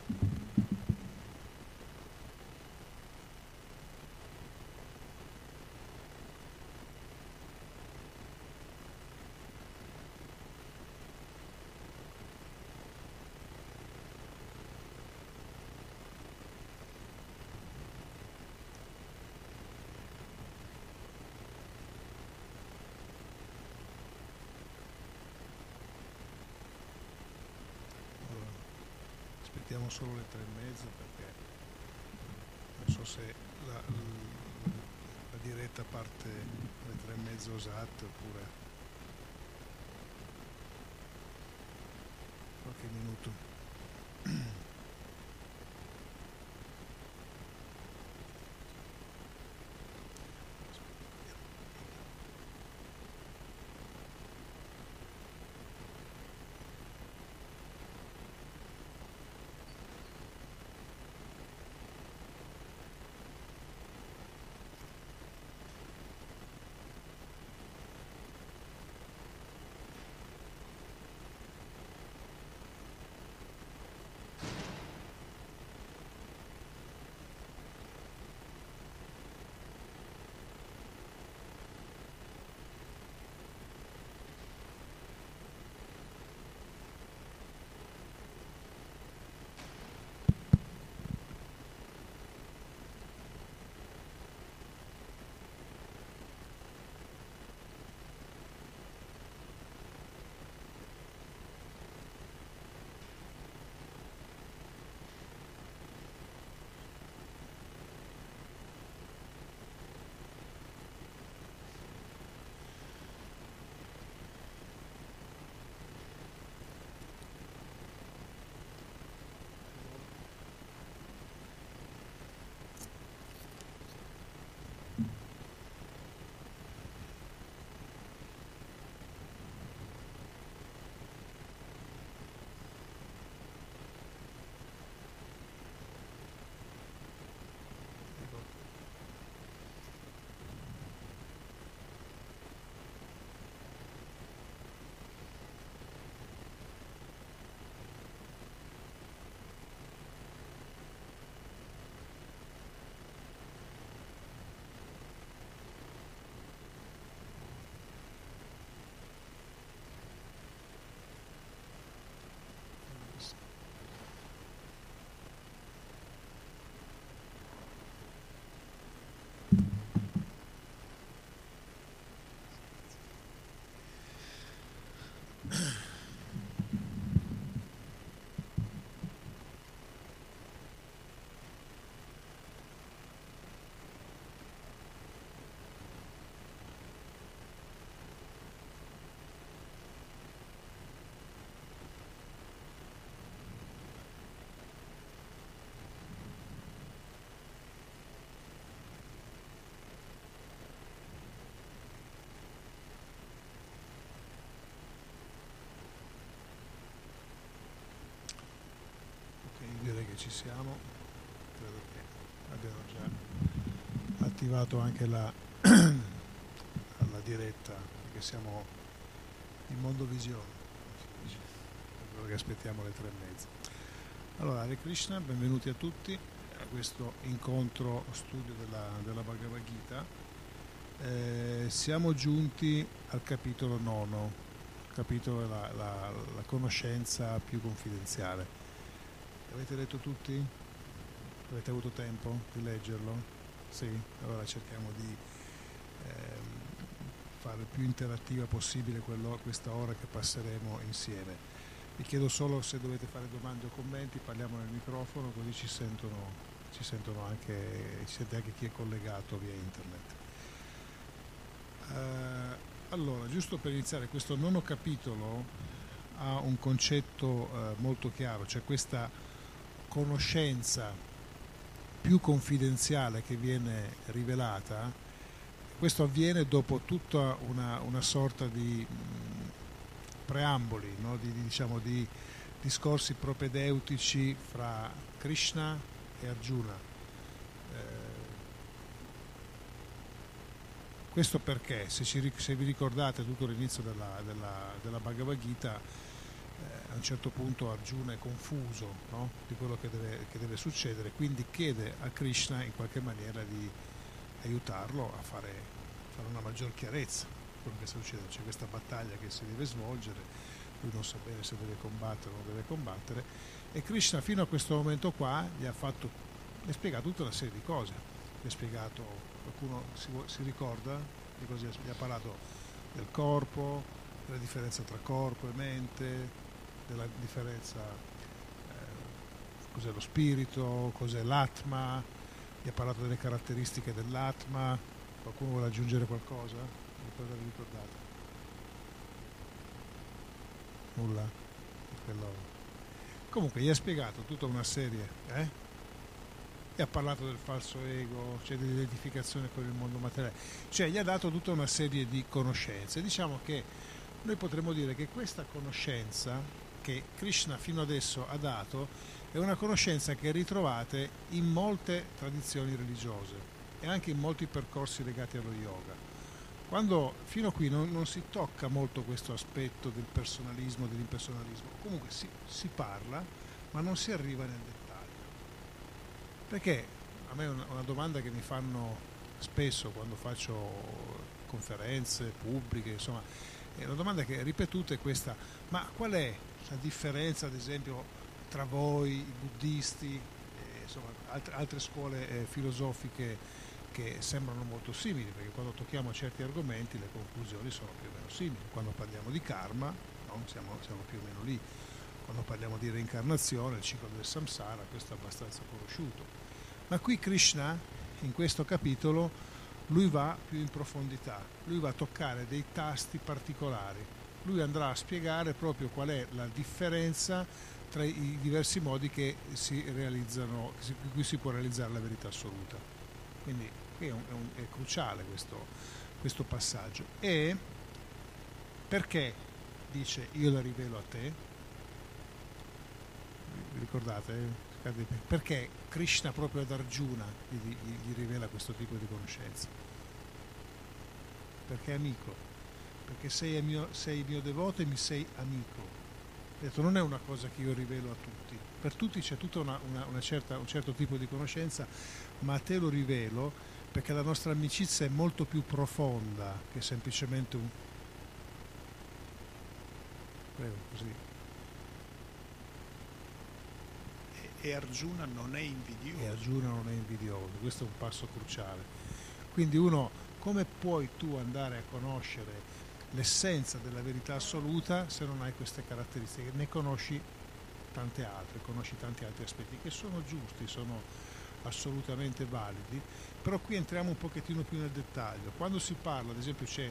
Aspettiamo solo le 3:30 perché non so se la diretta parte alle 3:30 esatte oppure qualche minuto. Direi che ci siamo, credo che abbiamo già attivato anche la diretta, perché siamo in Mondovisione, quello che aspettiamo alle 3:30. Allora, Hare Krishna, benvenuti a tutti a questo incontro studio della Bhagavad Gita. Siamo giunti al capitolo 9, capitolo la conoscenza più confidenziale. Avete letto tutti? Avete avuto tempo di leggerlo? Sì? Allora cerchiamo di fare il più interattiva possibile questa ora che passeremo insieme. Vi chiedo solo se dovete fare domande o commenti, parliamo nel microfono così ci sentono anche, ci sente anche chi è collegato via internet. Allora, giusto per iniziare, questo nono capitolo ha un concetto molto chiaro, cioè questa conoscenza più confidenziale che viene rivelata. Questo avviene dopo tutta una sorta di preamboli, no? Diciamo di discorsi propedeutici fra Krishna e Arjuna. Questo perché, se vi ricordate tutto l'inizio della Bhagavad Gita, a un certo punto Arjuna è confuso, no? Di quello che deve succedere, quindi chiede a Krishna in qualche maniera di aiutarlo a fare una maggior chiarezza di quello che sta succedendo. C'è questa battaglia che si deve svolgere, lui non sa bene se deve combattere o non deve combattere, e Krishna fino a questo momento qua gli ha spiegato tutta una serie di cose. Gli ha spiegato, qualcuno si ricorda di cosa gli ha parlato? Del corpo, della differenza tra corpo e mente, della differenza, cos'è lo spirito, cos'è l'atma, gli ha parlato delle caratteristiche dell'atma. Qualcuno vuole aggiungere qualcosa? Cosa vi ricordate? Nulla? Comunque gli ha spiegato tutta una serie, e ha parlato del falso ego, cioè dell'identificazione con il mondo materiale, cioè gli ha dato tutta una serie di conoscenze. Diciamo che noi potremmo dire che questa conoscenza che Krishna fino adesso ha dato è una conoscenza che ritrovate in molte tradizioni religiose e anche in molti percorsi legati allo yoga. Quando fino a qui non si tocca molto questo aspetto del personalismo, dell'impersonalismo, comunque si parla, ma non si arriva nel dettaglio. Perché a me è una domanda che mi fanno spesso quando faccio conferenze pubbliche, insomma, è una domanda che è ripetuta, è questa: ma qual è la differenza, ad esempio, tra voi, i buddisti, insomma, altre scuole filosofiche che sembrano molto simili, perché quando tocchiamo certi argomenti le conclusioni sono più o meno simili. Quando parliamo di karma, no? siamo più o meno lì. Quando parliamo di reincarnazione, il ciclo del samsara, questo è abbastanza conosciuto. Ma qui Krishna, in questo capitolo, lui va più in profondità, lui va a toccare dei tasti particolari, lui andrà a spiegare proprio qual è la differenza tra i diversi modi che si realizzano, in cui si può realizzare la verità assoluta. Quindi qui è cruciale questo passaggio. E perché dice io la rivelo a te? Vi ricordate? Perché Krishna proprio ad Arjuna gli rivela questo tipo di conoscenza? Perché è amico, perché sei mio devoto e mi sei amico. Ho detto, non è una cosa che io rivelo a tutti, per tutti c'è tutta un certo tipo di conoscenza, ma a te lo rivelo perché la nostra amicizia è molto più profonda che semplicemente un... Prego, così. E Arjuna non è invidioso. E Arjuna non è invidioso, questo è un passo cruciale. Quindi uno, come puoi tu andare a conoscere l'essenza della verità assoluta se non hai queste caratteristiche? Ne conosci tante altre, conosci tanti altri aspetti che sono giusti, sono assolutamente validi, però qui entriamo un pochettino più nel dettaglio. Quando si parla, ad esempio, c'è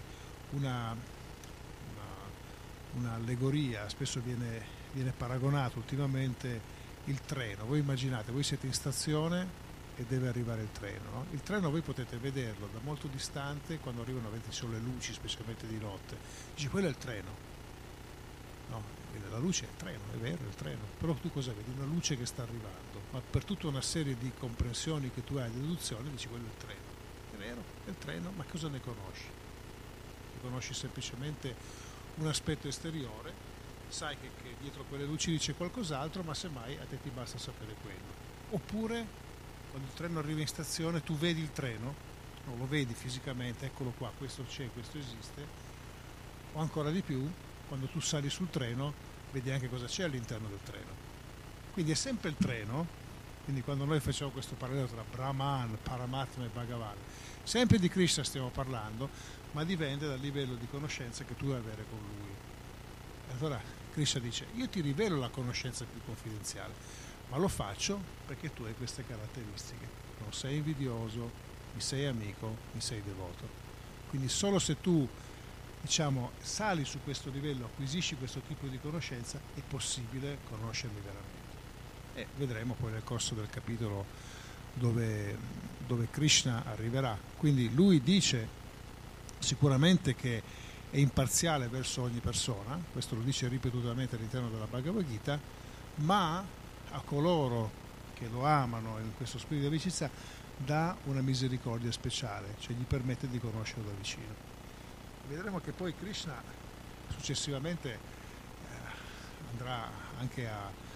un'allegoria, spesso viene paragonato ultimamente il treno. Voi immaginate, voi siete in stazione e deve arrivare il treno, no? Il treno voi potete vederlo da molto distante, quando arrivano, ci sono le luci, specialmente di notte, dici quello è il treno, no? La luce è il treno, è vero, è il treno, però tu cosa vedi? Una luce che sta arrivando, ma per tutta una serie di comprensioni che tu hai, di deduzioni, dici quello è il treno, è vero, è il treno, ma cosa ne conosci? Ne conosci semplicemente un aspetto esteriore, sai che dietro quelle luci c'è qualcos'altro, ma semmai a te ti basta sapere quello. Oppure quando il treno arriva in stazione tu vedi il treno, non lo vedi fisicamente, eccolo qua, questo c'è, questo esiste, o ancora di più, quando tu sali sul treno vedi anche cosa c'è all'interno del treno. Quindi è sempre il treno, quindi quando noi facciamo questo parallelo tra Brahman, Paramatma e Bhagavan, sempre di Krishna stiamo parlando, ma dipende dal livello di conoscenza che tu vuoi avere con lui. Allora Krishna dice, io ti rivelo la conoscenza più confidenziale, ma lo faccio perché tu hai queste caratteristiche. Non sei invidioso, mi sei amico, mi sei devoto. Quindi solo se tu, diciamo, sali su questo livello, acquisisci questo tipo di conoscenza, è possibile conoscermi veramente. E vedremo poi nel corso del capitolo dove Krishna arriverà. Quindi lui dice sicuramente che è imparziale verso ogni persona, questo lo dice ripetutamente all'interno della Bhagavad Gita, ma a coloro che lo amano in questo spirito di amicizia dà una misericordia speciale, cioè gli permette di conoscerlo da vicino. Vedremo che poi Krishna successivamente andrà anche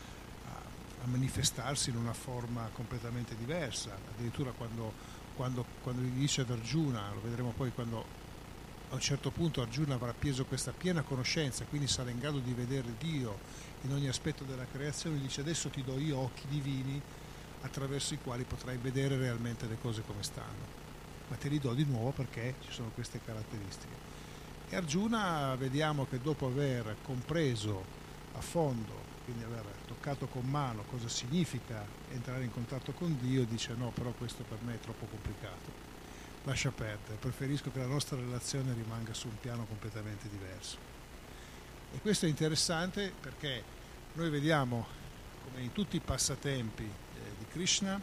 a manifestarsi in una forma completamente diversa. Addirittura quando gli dice ad Arjuna, lo vedremo poi, quando a un certo punto Arjuna avrà preso questa piena conoscenza, quindi sarà in grado di vedere Dio in ogni aspetto della creazione, gli dice: adesso ti do io occhi divini attraverso i quali potrai vedere realmente le cose come stanno, ma te li do di nuovo perché ci sono queste caratteristiche. E Arjuna, vediamo che dopo aver compreso a fondo, quindi aver toccato con mano cosa significa entrare in contatto con Dio, dice: no, però questo per me è troppo complicato, lascia perdere, preferisco che la nostra relazione rimanga su un piano completamente diverso. E questo è interessante perché noi vediamo come in tutti i passatempi di Krishna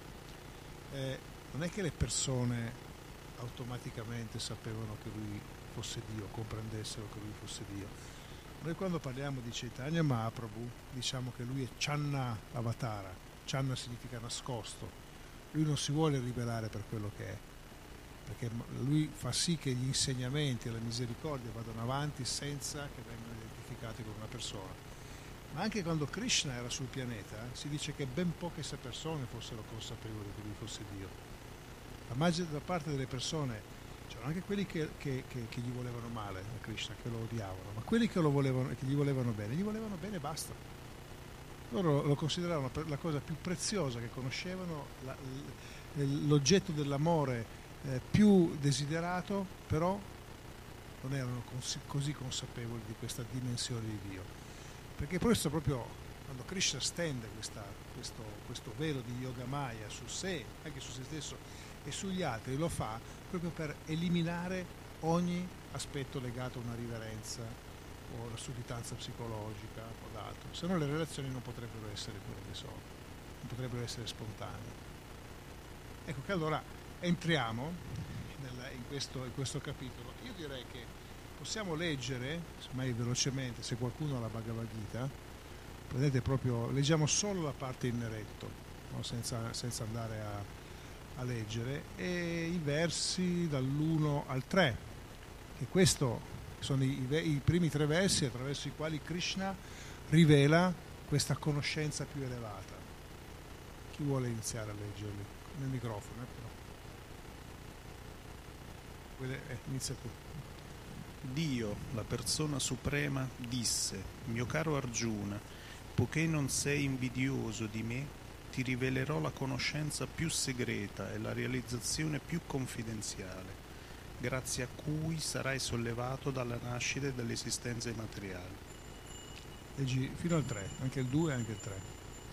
non è che le persone automaticamente sapevano che lui fosse Dio, comprendessero che lui fosse Dio. Noi quando parliamo di Chaitanya Mahaprabhu diciamo che lui è Channa Avatara. Channa significa nascosto. Lui non si vuole rivelare per quello che è, perché lui fa sì che gli insegnamenti e la misericordia vadano avanti senza che vengano identificati con una persona. Ma anche quando Krishna era sul pianeta si dice che ben poche persone fossero consapevoli che lui fosse Dio. La maggior parte delle persone, c'erano anche quelli che gli volevano male a Krishna, che lo odiavano, ma quelli che gli volevano bene e basta. Loro lo consideravano la cosa più preziosa che conoscevano, l'oggetto dell'amore più desiderato, però non erano così consapevoli di questa dimensione di Dio. Perché questo proprio, quando Krishna stende questo velo di Yogamaya su sé, anche su se stesso e sugli altri, lo fa proprio per eliminare ogni aspetto legato a una riverenza o alla sudditanza psicologica o ad altro, se no le relazioni non potrebbero essere quelle che sono, non potrebbero essere spontanee. Ecco che allora entriamo in questo capitolo. Io direi che possiamo leggere, mai velocemente, se qualcuno ha la Bhagavad Gita, prendete proprio, leggiamo solo la parte in neretto, no? senza andare a leggere, e i versi dall'1 al 3, che questo sono i primi 3 versi attraverso i quali Krishna rivela questa conoscenza più elevata. Chi vuole iniziare a leggerli? Nel microfono, però. Inizia tu. Dio, la persona suprema, disse: mio caro Arjuna, poiché non sei invidioso di me, ti rivelerò la conoscenza più segreta e la realizzazione più confidenziale, grazie a cui sarai sollevato dalla nascita e dall'esistenza materiali. Leggi fino al 3, anche il 2 e anche il 3.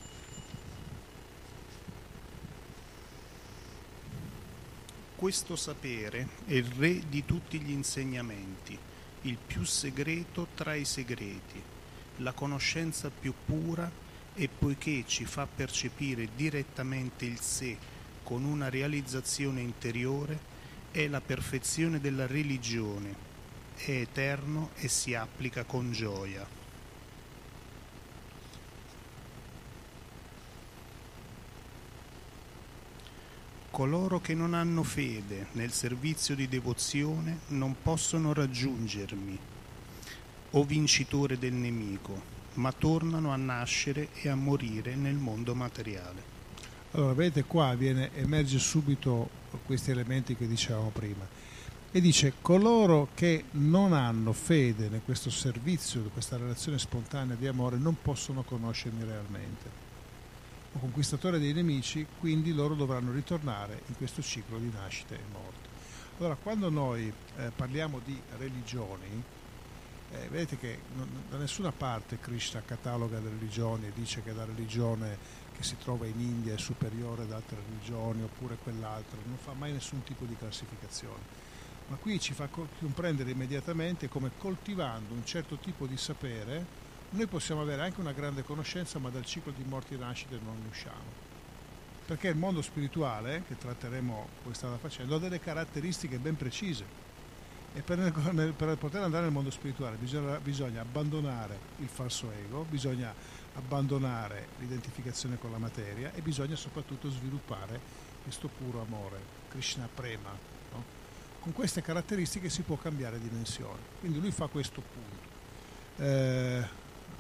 Questo sapere è il re di tutti gli insegnamenti, il più segreto tra i segreti, la conoscenza più pura, e poiché ci fa percepire direttamente il sé con una realizzazione interiore, è la perfezione della religione, è eterno e si applica con gioia. Coloro che non hanno fede nel servizio di devozione non possono raggiungermi, o vincitore del nemico, ma tornano a nascere e a morire nel mondo materiale. Allora, vedete qua emerge subito questi elementi che dicevamo prima. E dice: coloro che non hanno fede in questo servizio, in questa relazione spontanea di amore, non possono conoscermi realmente. O conquistatore dei nemici, quindi loro dovranno ritornare in questo ciclo di nascite e morte. Allora, quando noi parliamo di religioni, vedete che da nessuna parte Krishna cataloga le religioni e dice che la religione che si trova in India è superiore ad altre religioni oppure quell'altra, non fa mai nessun tipo di classificazione, ma qui ci fa comprendere immediatamente come, coltivando un certo tipo di sapere, noi possiamo avere anche una grande conoscenza, ma dal ciclo di morte e nascite non ne usciamo, perché il mondo spirituale, che tratteremo come stava facendo, ha delle caratteristiche ben precise, e per poter andare nel mondo spirituale bisogna abbandonare il falso ego, bisogna abbandonare l'identificazione con la materia e bisogna soprattutto sviluppare questo puro amore, Krishna Prema, no? Con queste caratteristiche si può cambiare dimensione, quindi lui fa questo punto.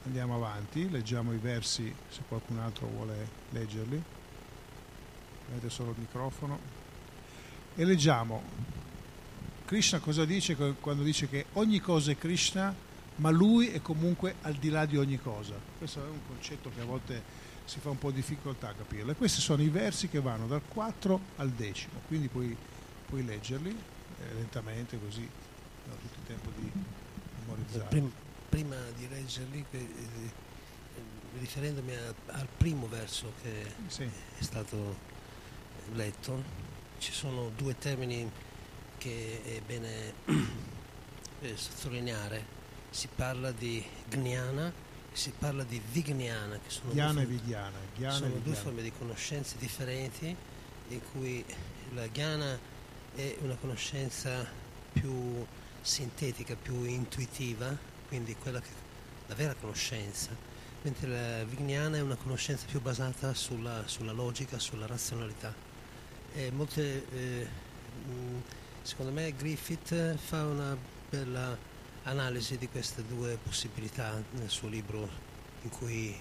Andiamo avanti, leggiamo i versi se qualcun altro vuole leggerli. Avete solo il microfono. E leggiamo. Krishna cosa dice quando dice che ogni cosa è Krishna, ma lui è comunque al di là di ogni cosa. Questo è un concetto che a volte si fa un po' difficoltà a capirlo. E questi sono i versi che vanno dal 4 al 10, quindi puoi leggerli lentamente, così ho tutto il tempo di memorizzare. Prima di leggerli, riferendomi al primo verso che è stato letto, ci sono due termini che è bene sottolineare. Si parla di Gnana e si parla di Vijnana, che sono due forme di conoscenze differenti, in cui la Jnana è una conoscenza più sintetica, più intuitiva, quindi la vera conoscenza, mentre la Vijnana è una conoscenza più basata sulla logica, sulla razionalità. Secondo me Griffith fa una bella analisi di queste due possibilità nel suo libro, in cui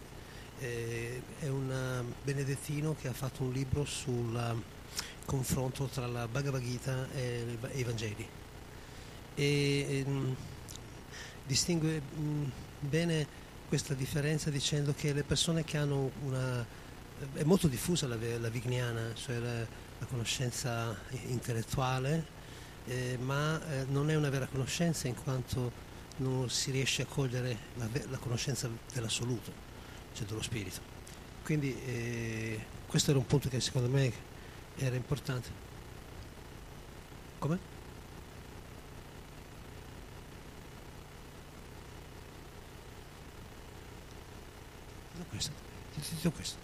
è un benedettino che ha fatto un libro sul confronto tra la Bhagavad Gita e i Vangeli, e distingue bene questa differenza dicendo che le persone che hanno è molto diffusa la Vijnana, cioè la conoscenza intellettuale, ma non è una vera conoscenza, in quanto non si riesce a cogliere la conoscenza dell'assoluto, cioè dello spirito. Quindi questo era un punto che secondo me era importante. Come? Questo.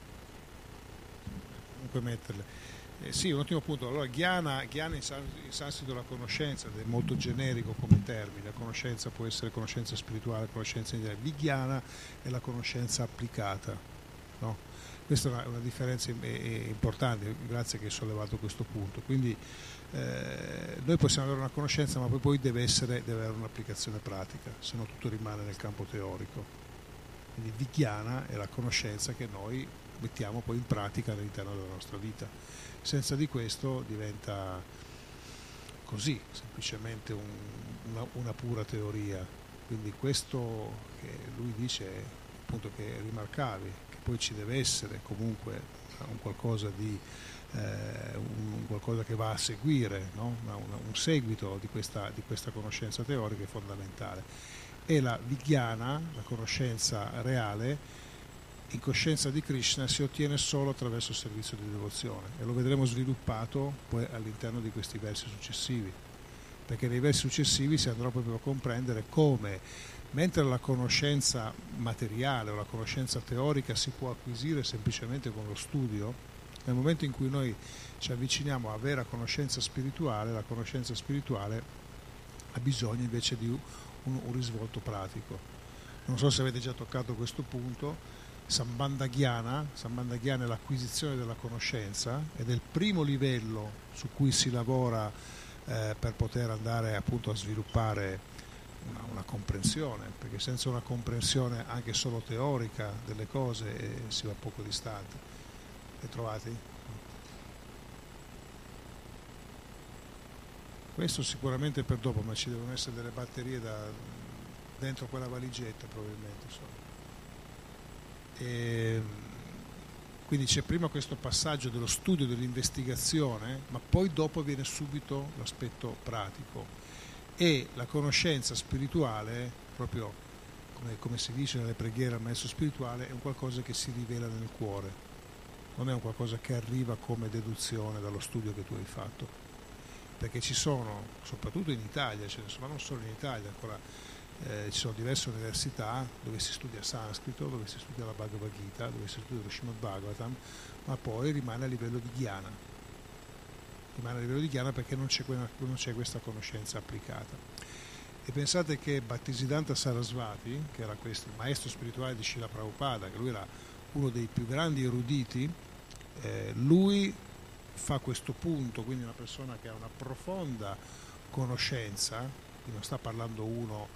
Non puoi metterle. Sì, un ottimo punto. Allora, Jnana in sanscrito è la conoscenza, ed è molto generico come termine. La conoscenza può essere conoscenza spirituale, conoscenza in generale. Vijnana è la conoscenza applicata, no? Questa è una differenza importante, grazie che hai sollevato questo punto. Quindi noi possiamo avere una conoscenza, ma poi deve avere un'applicazione pratica, se no tutto rimane nel campo teorico. Quindi Vijnana è la conoscenza che noi mettiamo poi in pratica all'interno della nostra vita. Senza di questo diventa così, semplicemente una pura teoria. Quindi questo che lui dice, appunto, che rimarcavi, che poi ci deve essere comunque un qualcosa qualcosa che va a seguire, no? Un seguito di questa conoscenza teorica è fondamentale. E la Vijnana, la conoscenza reale, in coscienza di Krishna, si ottiene solo attraverso il servizio di devozione, e lo vedremo sviluppato poi all'interno di questi versi successivi, perché nei versi successivi si andrà proprio a comprendere come, mentre la conoscenza materiale o la conoscenza teorica si può acquisire semplicemente con lo studio, nel momento in cui noi ci avviciniamo a vera conoscenza spirituale, la conoscenza spirituale ha bisogno invece di un risvolto pratico. Non so se avete già toccato questo punto. Sambandha Jnana è l'acquisizione della conoscenza, ed è il primo livello su cui si lavora per poter andare appunto a sviluppare una comprensione, perché senza una comprensione anche solo teorica delle cose si va poco distante. Li trovati? Questo sicuramente per dopo, ma ci devono essere delle batterie dentro quella valigetta probabilmente. Quindi c'è prima questo passaggio dello studio, dell'investigazione, ma poi dopo viene subito l'aspetto pratico, e la conoscenza spirituale, proprio come si dice nelle preghiere al maestro spirituale, è un qualcosa che si rivela nel cuore, non è un qualcosa che arriva come deduzione dallo studio che tu hai fatto. Perché ci sono, soprattutto in Italia, ma non solo in Italia, ancora ci sono diverse università dove si studia sanscrito, dove si studia la Bhagavad Gita, dove si studia lo Srimad Bhagavatam, ma poi rimane a livello di Jnana. Rimane a livello di Jnana perché non c'è questa conoscenza applicata. E pensate che Bhaktisiddhanta Sarasvati, che era questo, il maestro spirituale di Srila Prabhupada, che lui era uno dei più grandi eruditi, lui fa questo punto, quindi una persona che ha una profonda conoscenza, quindi non sta parlando uno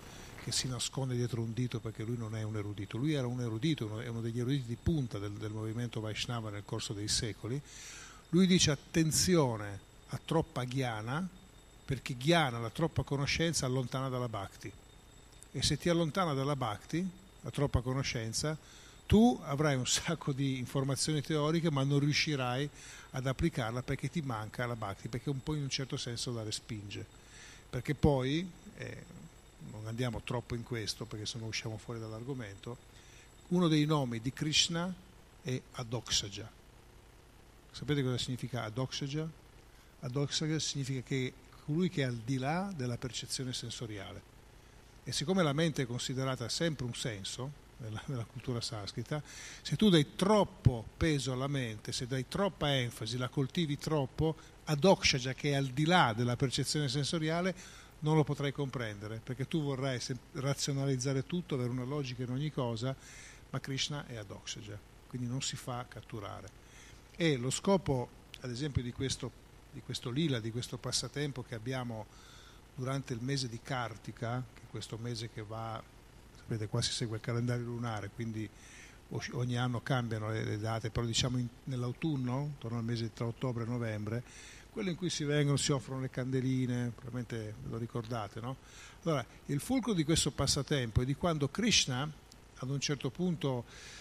che si nasconde dietro un dito perché lui non è un erudito. Lui era un erudito, è uno degli eruditi di punta del movimento Vaishnava nel corso dei secoli. Lui dice attenzione a troppa jnana, perché jnana, la troppa conoscenza, allontana dalla bhakti. E se ti allontana dalla bhakti, la troppa conoscenza, tu avrai un sacco di informazioni teoriche ma non riuscirai ad applicarla perché ti manca la bhakti, perché un po' in un certo senso la respinge. Perché poi, non andiamo troppo in questo perché se no usciamo fuori dall'argomento, uno dei nomi di Krishna è Adoksaja. Sapete cosa significa Adoksaja? Adoksaja significa che colui che è al di là della percezione sensoriale. E siccome la mente è considerata sempre un senso nella cultura sanscrita, se tu dai troppo peso alla mente, se dai troppa enfasi, la coltivi troppo, Adoksaja, che è al di là della percezione sensoriale, non lo potrai comprendere, perché tu vorrai razionalizzare tutto, avere una logica in ogni cosa, ma Krishna è Adoksaja, quindi non si fa catturare. E lo scopo, ad esempio, di questo lila, di questo passatempo che abbiamo durante il mese di Kartika, che è questo mese che va, sapete, qua si segue il calendario lunare, quindi ogni anno cambiano le date, però diciamo nell'autunno, intorno al mese tra ottobre e novembre, quello in cui si offrono le candeline, probabilmente lo ricordate, no? Allora, il fulcro di questo passatempo è di quando Krishna ad un certo punto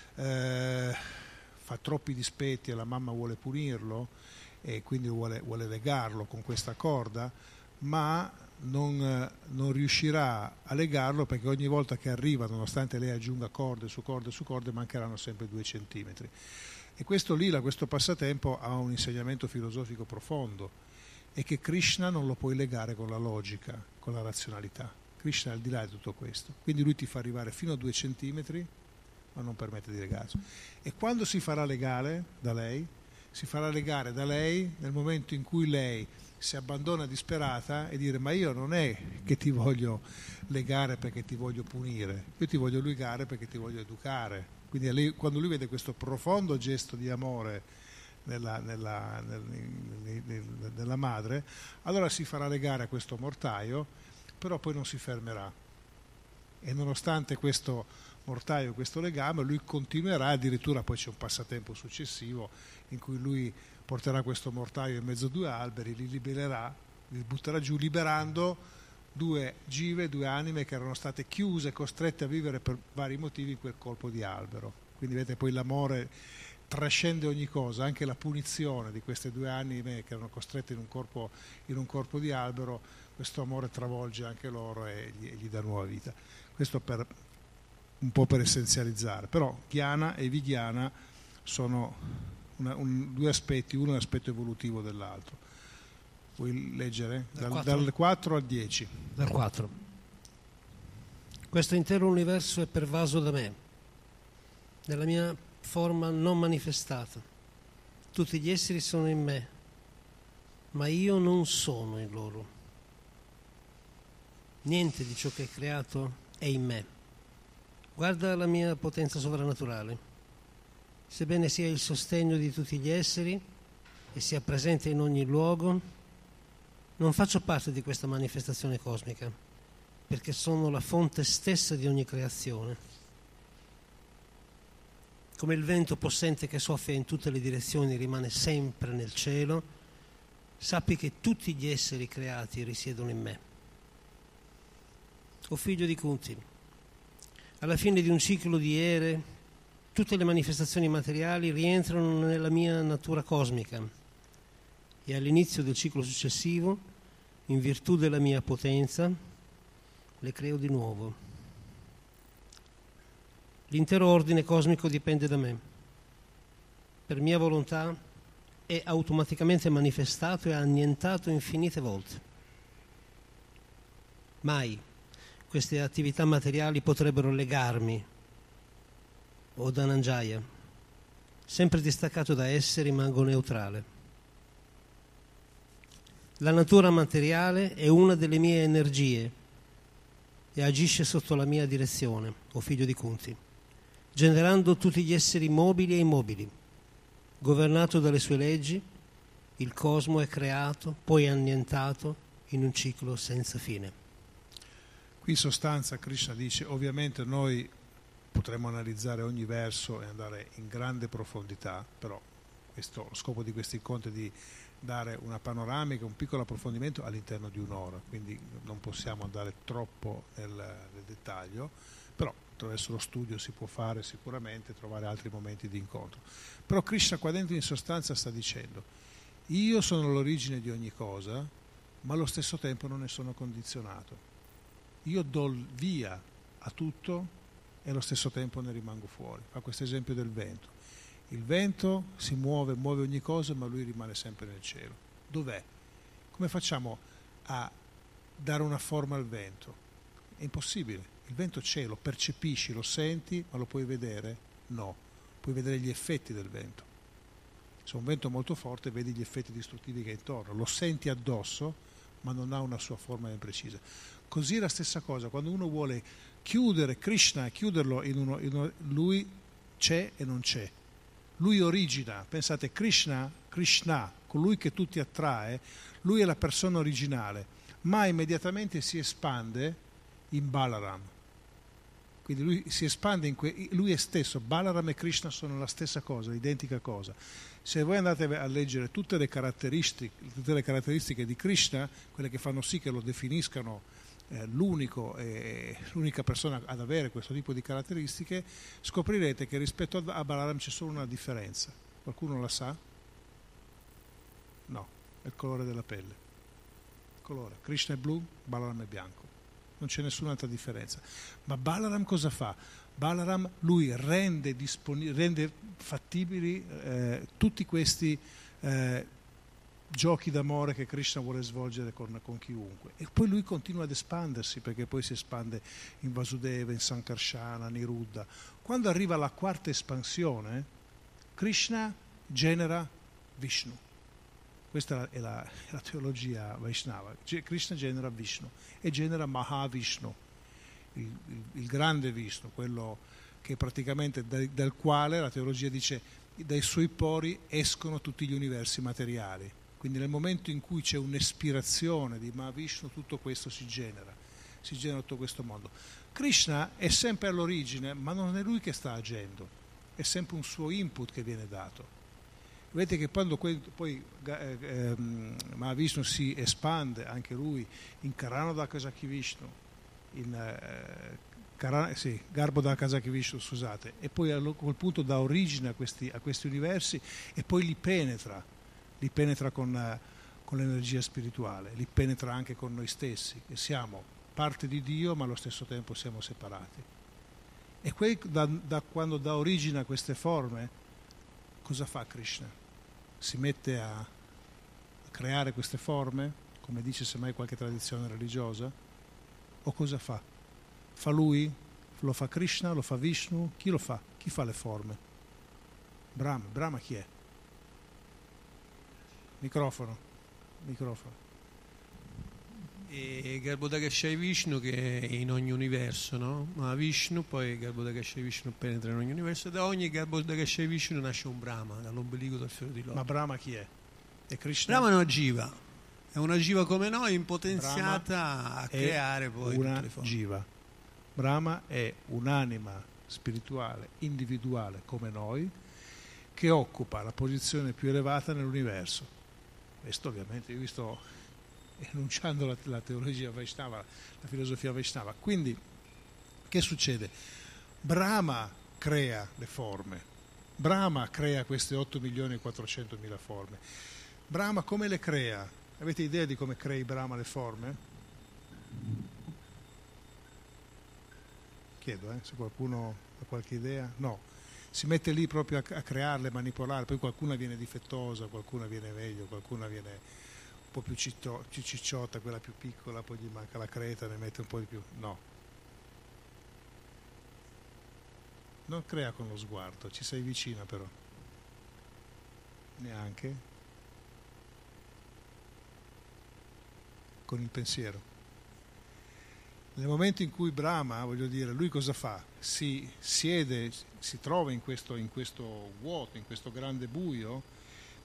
fa troppi dispetti e la mamma vuole punirlo e quindi vuole legarlo con questa corda, ma non riuscirà a legarlo perché ogni volta che arriva, nonostante lei aggiunga corde su corde su corde, mancheranno sempre 2 centimetri. E questo lila, questo passatempo ha un insegnamento filosofico profondo, è che Krishna non lo puoi legare con la logica, con la razionalità. Krishna è al di là di tutto questo, quindi lui ti fa arrivare fino a 2 centimetri ma non permette di legarsi. E quando si farà legare da lei? Si farà legare da lei nel momento in cui lei si abbandona disperata e dire: ma io non è che ti voglio legare perché ti voglio punire, io ti voglio legare perché ti voglio educare. Quindi lei, quando lui vede questo profondo gesto di amore nella madre, allora si farà legare a questo mortaio, però poi non si fermerà. E nonostante questo mortaio, questo legame, lui continuerà, addirittura poi c'è un passatempo successivo in cui lui porterà questo mortaio in mezzo a 2 alberi, li libererà, li butterà giù, liberando 2 jive, 2 anime che erano state chiuse, costrette a vivere per vari motivi in quel colpo di albero. Quindi vedete, poi l'amore trascende ogni cosa, anche la punizione di queste 2 anime che erano costrette in un corpo di albero, questo amore travolge anche loro e gli dà nuova vita. Questo un po' per essenzializzare, però Jnana e Vijnana sono 2 aspetti, uno è l'aspetto evolutivo dell'altro. Vuoi leggere? Dal 4 al 10. Dal 4. Questo intero universo è pervaso da me, nella mia forma non manifestata. Tutti gli esseri sono in me, ma io non sono in loro. Niente di ciò che è creato è in me. Guarda la mia potenza sovrannaturale. Sebbene sia il sostegno di tutti gli esseri e sia presente in ogni luogo, non faccio parte di questa manifestazione cosmica, perché sono la fonte stessa di ogni creazione. Come il vento possente che soffia in tutte le direzioni rimane sempre nel cielo, sappi che tutti gli esseri creati risiedono in me. O figlio di Kunti, alla fine di un ciclo di ere, tutte le manifestazioni materiali rientrano nella mia natura cosmica e all'inizio del ciclo successivo, in virtù della mia potenza, le creo di nuovo. L'intero ordine cosmico dipende da me. Per mia volontà è automaticamente manifestato e annientato infinite volte. Mai queste attività materiali potrebbero legarmi o Dhananjaya. Sempre distaccato da esse, rimango neutrale. La natura materiale è una delle mie energie e agisce sotto la mia direzione, o figlio di Kunti, generando tutti gli esseri mobili e immobili. Governato dalle sue leggi, il cosmo è creato, poi annientato in un ciclo senza fine. Qui in sostanza Krishna dice, ovviamente noi potremmo analizzare ogni verso e andare in grande profondità, però lo scopo di questi incontri è di dare una panoramica, un piccolo approfondimento all'interno di un'ora, quindi non possiamo andare troppo nel dettaglio, però attraverso lo studio si può fare sicuramente, trovare altri momenti di incontro. Però Krishna qua dentro in sostanza sta dicendo, io sono l'origine di ogni cosa, ma allo stesso tempo non ne sono condizionato. Io do il via a tutto e allo stesso tempo ne rimango fuori. Fa questo esempio del vento. Il vento si muove ogni cosa, ma lui rimane sempre nel cielo. Dov'è? Come facciamo a dare una forma al vento? È impossibile. Il vento c'è, lo percepisci, lo senti, ma lo puoi vedere? No. Puoi vedere gli effetti del vento. Se un vento molto forte, vedi gli effetti distruttivi che è intorno. Lo senti addosso, ma non ha una sua forma ben precisa. Così è la stessa cosa. Quando uno vuole chiudere Krishna, chiuderlo lui c'è e non c'è. Lui origina, pensate, Krishna, colui che tutti attrae, lui è la persona originale, ma immediatamente si espande in Balaram. Quindi lui si espande lui è stesso, Balaram e Krishna sono la stessa cosa, l'identica cosa. Se voi andate a leggere tutte le caratteristiche di Krishna, quelle che fanno sì che lo definiscano l'unica persona ad avere questo tipo di caratteristiche, scoprirete che rispetto a Balaram c'è solo una differenza. Qualcuno la sa? No, è il colore della pelle. Il colore. Krishna è blu, Balaram è bianco. Non c'è nessun'altra differenza. Ma Balaram cosa fa? Balaram, lui rende fattibili tutti questi giochi d'amore che Krishna vuole svolgere con chiunque, e poi lui continua ad espandersi, perché poi si espande in Vasudeva, in Sankarsana, Niruddha. Quando arriva alla quarta espansione, Krishna genera Vishnu. Questa è la teologia Vaishnava. Krishna genera Vishnu e genera Mahavishnu, il grande Vishnu, quello che praticamente dal quale la teologia dice dai suoi pori escono tutti gli universi materiali. Quindi nel momento in cui c'è un'espirazione di Mahavishnu, tutto questo si genera tutto questo mondo. Krishna è sempre all'origine, ma non è lui che sta agendo, è sempre un suo input che viene dato. Vedete che quando poi Mahavishnu si espande, anche lui, in Karanodakasaki Vishnu, Garbhodakasaki Vishnu, scusate, e poi a quel punto dà origine a questi universi e poi li penetra con l'energia spirituale, li penetra anche con noi stessi, che siamo parte di Dio ma allo stesso tempo siamo separati. E poi quando dà origine a queste forme, cosa fa Krishna? Si mette a creare queste forme, come dice semmai qualche tradizione religiosa, o cosa fa? Fa lui? Lo fa Krishna? Lo fa Vishnu? Chi lo fa? Chi fa le forme? Brahma. Brahma chi è? Microfono. E Garbhodakashayi Vishnu, che è in ogni universo, no? Ma Vishnu, poi Garbhodakashayi Vishnu penetra in ogni universo, da ogni Garbhodakashayi Vishnu nasce un Brahma, dall'ombelico del fiore di loto. Ma Brahma chi è? È Krishna? Brahma è una jiva, è una jiva come noi, impotenziata Brahma a creare poi una tutte le forme. Jiva. Brahma è un'anima spirituale, individuale come noi, che occupa la posizione più elevata nell'universo. Questo ovviamente io vi sto enunciando la teologia Vaishnava, la filosofia Vaishnava. Quindi che succede? Brahma crea le forme, Brahma crea queste 8.400.000 forme. Brahma come le crea? Avete idea di come crei Brahma le forme? Chiedo, se qualcuno ha qualche idea. No, si mette lì proprio a crearle, manipolarle, poi qualcuna viene difettosa, qualcuna viene meglio, qualcuna viene un po' più cicciotta, quella più piccola, poi gli manca la creta, ne mette un po' di più. No. Non crea con lo sguardo, ci sei vicina però. Neanche. Con il pensiero. Nel momento in cui Brahma, voglio dire, lui cosa fa? Si siede, si trova in questo vuoto, in questo grande buio,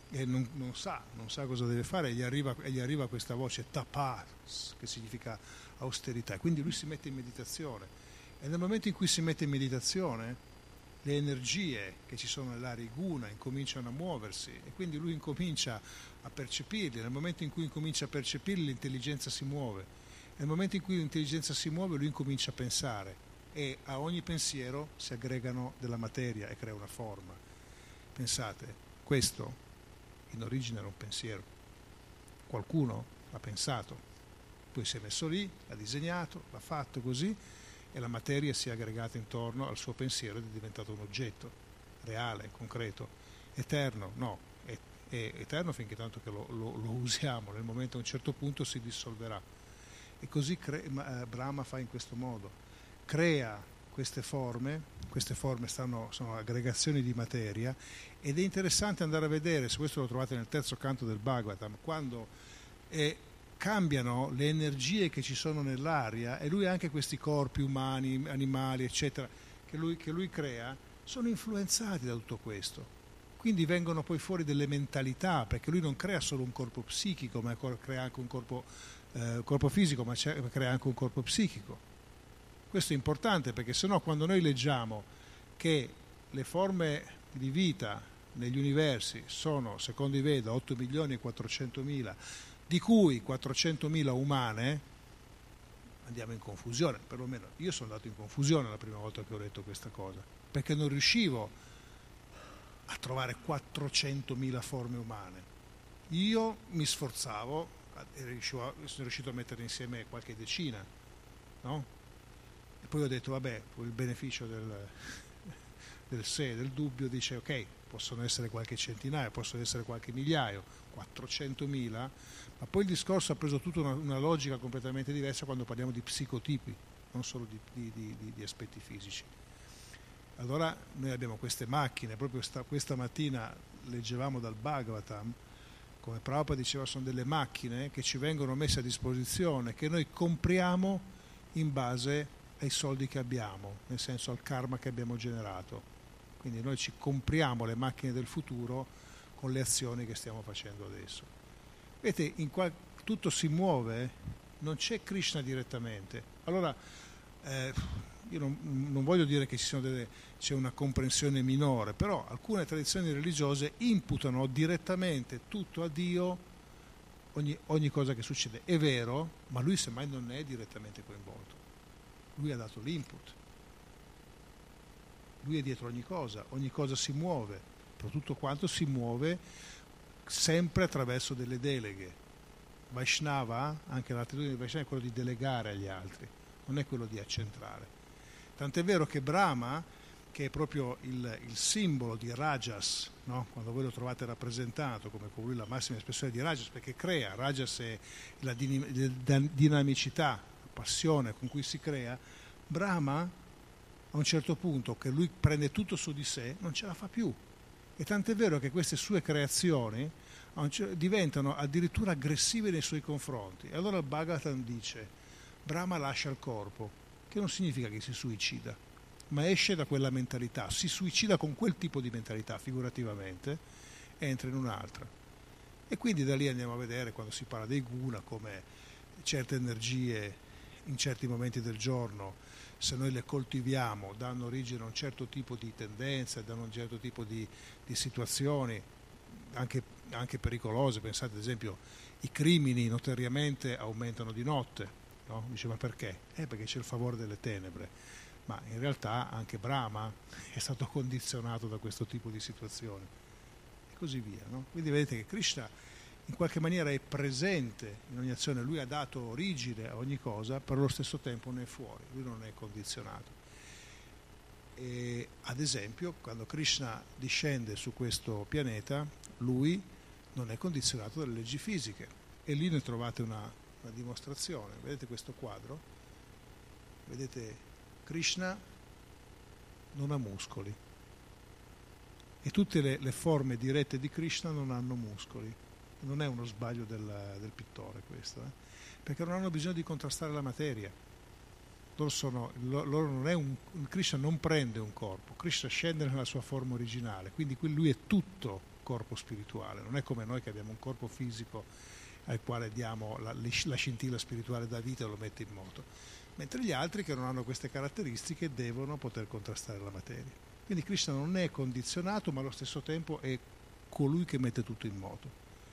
e non sa cosa deve fare, e gli arriva questa voce tapas, che significa austerità, e quindi lui si mette in meditazione, e nel momento in cui si mette in meditazione le energie che ci sono nell'area guna incominciano a muoversi, e quindi lui incomincia a percepirli. Nel momento in cui incomincia a percepirli, l'intelligenza si muove. Nel momento in cui l'intelligenza si muove, lui incomincia a pensare, e a ogni pensiero si aggregano della materia e crea una forma. Pensate, questo in origine era un pensiero, qualcuno l'ha pensato, poi si è messo lì, l'ha disegnato, l'ha fatto così, e la materia si è aggregata intorno al suo pensiero ed è diventato un oggetto reale, concreto, eterno. No, è eterno finché tanto che lo usiamo. Nel momento a un certo punto si dissolverà, e così Brahma fa in questo modo, crea queste forme sono aggregazioni di materia, ed è interessante andare a vedere, se questo lo trovate nel terzo canto del Bhagavatam, quando cambiano le energie che ci sono nell'aria, e lui anche questi corpi umani, animali, eccetera, che lui crea, sono influenzati da tutto questo. Quindi vengono poi fuori delle mentalità, perché lui non crea solo un corpo psichico, ma crea anche un corpo fisico, ma crea anche un corpo psichico. Questo è importante, perché sennò quando noi leggiamo che le forme di vita negli universi sono, secondo i Veda, 8.400.000, di cui 400.000 umane, andiamo in confusione. Perlomeno io sono andato in confusione la prima volta che ho letto questa cosa, perché non riuscivo a trovare 400.000 forme umane. Io mi sforzavo e sono riuscito a mettere insieme qualche decina, no? E poi ho detto, vabbè, con il beneficio del dubbio, dice ok, possono essere qualche centinaio, possono essere qualche migliaio, 400.000, ma poi il discorso ha preso tutta una logica completamente diversa quando parliamo di psicotipi, non solo di aspetti fisici. Allora noi abbiamo queste macchine, proprio questa mattina leggevamo dal Bhagavatam, come Prabhupada diceva, sono delle macchine che ci vengono messe a disposizione, che noi compriamo in base ai soldi che abbiamo, nel senso al karma che abbiamo generato. Quindi noi ci compriamo le macchine del futuro con le azioni che stiamo facendo adesso. Vedete, tutto si muove, non c'è Krishna direttamente. Allora, io non voglio dire che c'è una comprensione minore, però alcune tradizioni religiose imputano direttamente tutto a Dio, ogni cosa che succede. È vero, ma lui semmai non è direttamente coinvolto. Lui ha dato l'input. Lui è dietro ogni cosa si muove, però tutto quanto si muove sempre attraverso delle deleghe. Vaishnava, anche l'attitudine di Vaishnava è quello di delegare agli altri, non è quello di accentrare. Tant'è vero che Brahma, che è proprio il simbolo di Rajas, no? Quando voi lo trovate rappresentato come colui la massima espressione di Rajas, perché crea, Rajas è la dinamicità, la passione con cui si crea, Brahma a un certo punto, che lui prende tutto su di sé, non ce la fa più. E tant'è vero che queste sue creazioni diventano addirittura aggressive nei suoi confronti. E allora il Bhagavatam dice, Brahma lascia il corpo, che non significa che si suicida, ma esce da quella mentalità, si suicida con quel tipo di mentalità, figurativamente, e entra in un'altra. E quindi da lì andiamo a vedere, quando si parla dei guna, come certe energie in certi momenti del giorno, se noi le coltiviamo, danno origine a un certo tipo di tendenze, danno un certo tipo di situazioni anche pericolose. Pensate ad esempio, i crimini notoriamente aumentano di notte, no? Dice, ma perché? Perché c'è il favore delle tenebre, ma in realtà anche Brahma è stato condizionato da questo tipo di situazioni e così via, no? Quindi vedete che Krishna in qualche maniera è presente in ogni azione, lui ha dato origine a ogni cosa, però allo stesso tempo ne è fuori, lui non è condizionato. E, ad esempio, quando Krishna discende su questo pianeta, lui non è condizionato dalle leggi fisiche, e lì ne trovate una dimostrazione. Vedete questo quadro? Vedete, Krishna non ha muscoli, e tutte le forme dirette di Krishna non hanno muscoli. Non è uno sbaglio del pittore questo, perché non hanno bisogno di contrastare la materia. Loro non è Krishna non prende un corpo, Krishna scende nella sua forma originale, quindi lui è tutto corpo spirituale, non è come noi che abbiamo un corpo fisico al quale diamo la scintilla spirituale da vita e lo mette in moto, mentre gli altri che non hanno queste caratteristiche devono poter contrastare la materia. Quindi Krishna non è condizionato, ma allo stesso tempo è colui che mette tutto in moto.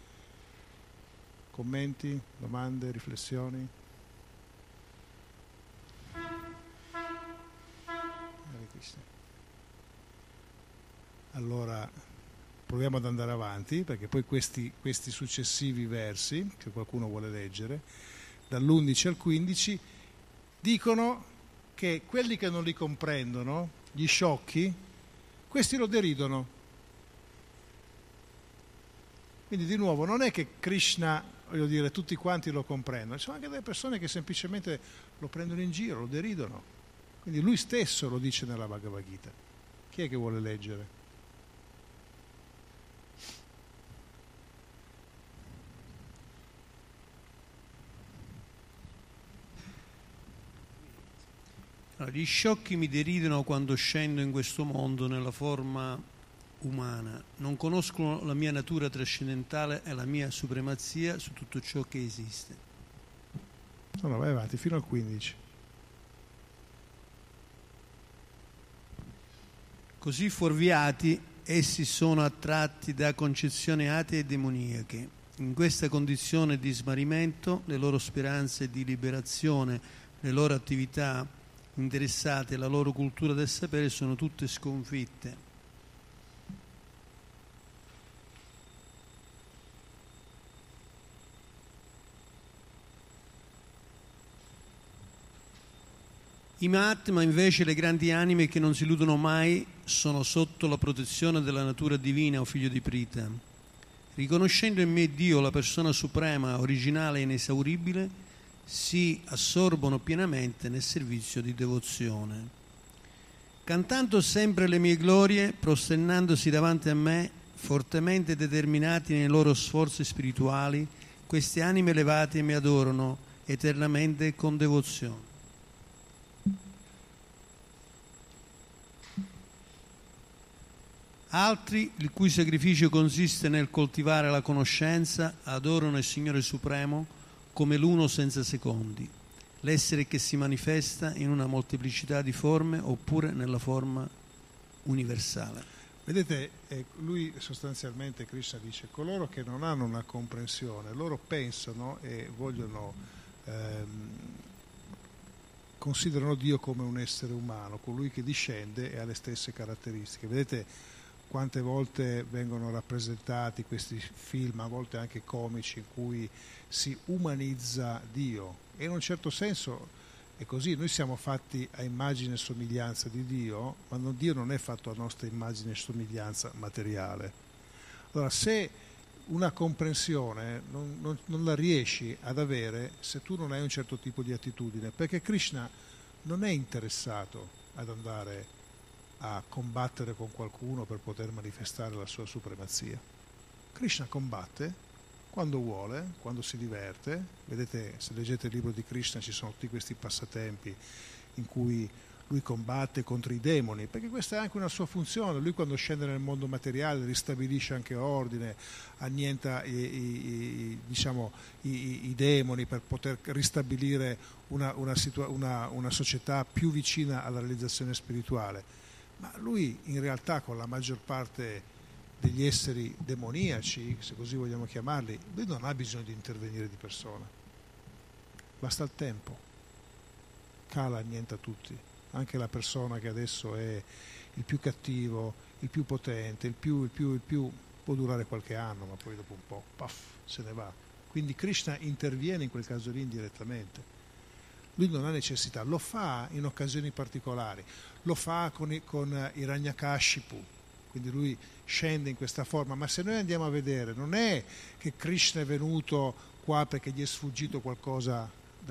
Commenti, domande, riflessioni? Allora proviamo ad andare avanti, perché poi questi successivi versi, che qualcuno vuole leggere, dall'11 al 15, dicono che quelli che non li comprendono, gli sciocchi, questi lo deridono. Quindi di nuovo non è che Krishna, voglio dire, tutti quanti lo comprendono, ci sono anche delle persone che semplicemente lo prendono in giro, lo deridono. Quindi lui stesso lo dice nella Bhagavad Gita. Chi è che vuole leggere? Allora, gli sciocchi mi deridono quando scendo in questo mondo nella forma umana, non conoscono la mia natura trascendentale e la mia supremazia su tutto ciò che esiste. No, vai avanti fino al 15. Così fuorviati, essi sono attratti da concezioni atee e demoniache. In questa condizione di smarrimento, le loro speranze di liberazione, le loro attività interessate e la loro cultura del sapere sono tutte sconfitte. I Mahatma, invece, le grandi anime che non si illudono mai, sono sotto la protezione della natura divina, o figlio di Prita. Riconoscendo in me Dio, la persona suprema, originale e inesauribile, si assorbono pienamente nel servizio di devozione. Cantando sempre le mie glorie, prosternandosi davanti a me, fortemente determinati nei loro sforzi spirituali, queste anime elevate mi adorano eternamente con devozione. Altri, il cui sacrificio consiste nel coltivare la conoscenza, adorano il Signore Supremo come l'uno senza secondi, l'essere che si manifesta in una molteplicità di forme oppure nella forma universale. Vedete, lui sostanzialmente, Krishna dice, coloro che non hanno una comprensione, loro pensano e vogliono, considerano Dio come un essere umano, colui che discende e ha le stesse caratteristiche. Vedete quante volte vengono rappresentati questi film, a volte anche comici, in cui si umanizza Dio, e in un certo senso è così. Noi siamo fatti a immagine e somiglianza di Dio, ma Dio non è fatto a nostra immagine e somiglianza materiale. Allora, se una comprensione non la riesci ad avere se tu non hai un certo tipo di attitudine, perché Krishna non è interessato ad andare a combattere con qualcuno per poter manifestare la sua supremazia. Krishna combatte quando vuole, quando si diverte. Vedete, se leggete il libro di Krishna ci sono tutti questi passatempi in cui lui combatte contro i demoni, perché questa è anche una sua funzione. Lui, quando scende nel mondo materiale, ristabilisce anche ordine, annienta i demoni per poter ristabilire una società più vicina alla realizzazione spirituale. Ma lui in realtà, con la maggior parte degli esseri demoniaci, se così vogliamo chiamarli, lui non ha bisogno di intervenire di persona, basta il tempo. Kala annienta tutti, anche la persona che adesso è il più cattivo, il più potente, il più può durare qualche anno, ma poi dopo un po', puff, se ne va. Quindi Krishna interviene in quel caso lì indirettamente. Lui non ha necessità, lo fa in occasioni particolari, lo fa con Hiranyakashipu, quindi lui scende in questa forma. Ma se noi andiamo a vedere, non è che Krishna è venuto qua perché gli è sfuggito qualcosa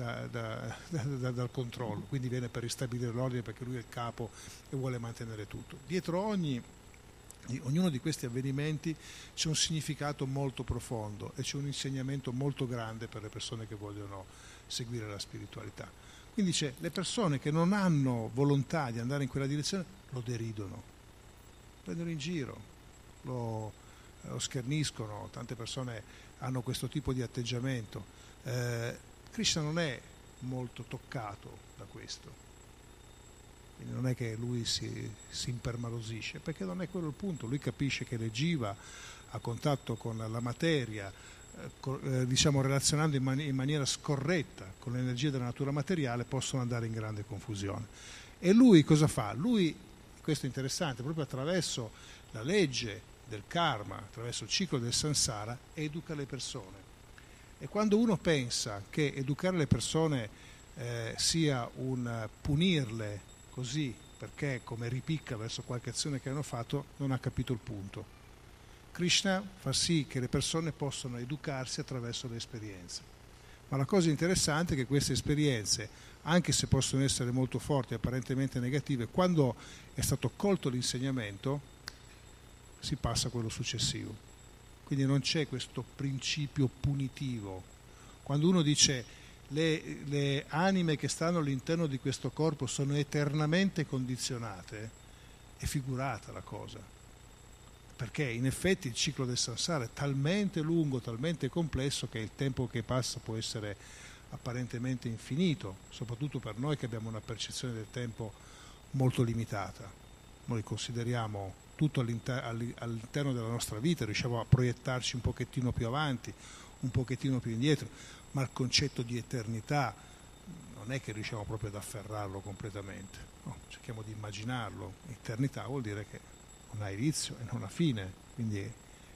dal controllo, quindi viene per ristabilire l'ordine, perché lui è il capo e vuole mantenere tutto. Dietro ognuno di questi avvenimenti c'è un significato molto profondo e c'è un insegnamento molto grande per le persone che vogliono seguire la spiritualità. Quindi le persone che non hanno volontà di andare in quella direzione lo deridono, prendono in giro, lo lo scherniscono, tante persone hanno questo tipo di atteggiamento. Krishna non è molto toccato da questo, quindi non è che lui si impermalosisce, perché non è quello il punto. Lui capisce che le jiva a contatto con la materia, diciamo relazionando in maniera scorretta con le energie della natura materiale, possono andare in grande confusione. E lui cosa fa? Lui, questo è interessante, proprio attraverso la legge del karma, attraverso il ciclo del samsara, educa le persone. E quando uno pensa che educare le persone sia un punirle così perché come ripicca verso qualche azione che hanno fatto, non ha capito il punto. Krishna fa sì che le persone possano educarsi attraverso le esperienze. Ma la cosa interessante è che queste esperienze, anche se possono essere molto forti e apparentemente negative, quando è stato colto l'insegnamento si passa a quello successivo. Quindi non c'è questo principio punitivo. Quando uno dice le anime che stanno all'interno di questo corpo sono eternamente condizionate, è figurata la cosa. Perché in effetti il ciclo del samsara è talmente lungo, talmente complesso, che il tempo che passa può essere apparentemente infinito, soprattutto per noi che abbiamo una percezione del tempo molto limitata. Noi consideriamo tutto all'interno della nostra vita, riusciamo a proiettarci un pochettino più avanti, un pochettino più indietro, ma il concetto di eternità non è che riusciamo proprio ad afferrarlo completamente, no, cerchiamo di immaginarlo. Eternità vuol dire che non ha inizio e non ha fine, quindi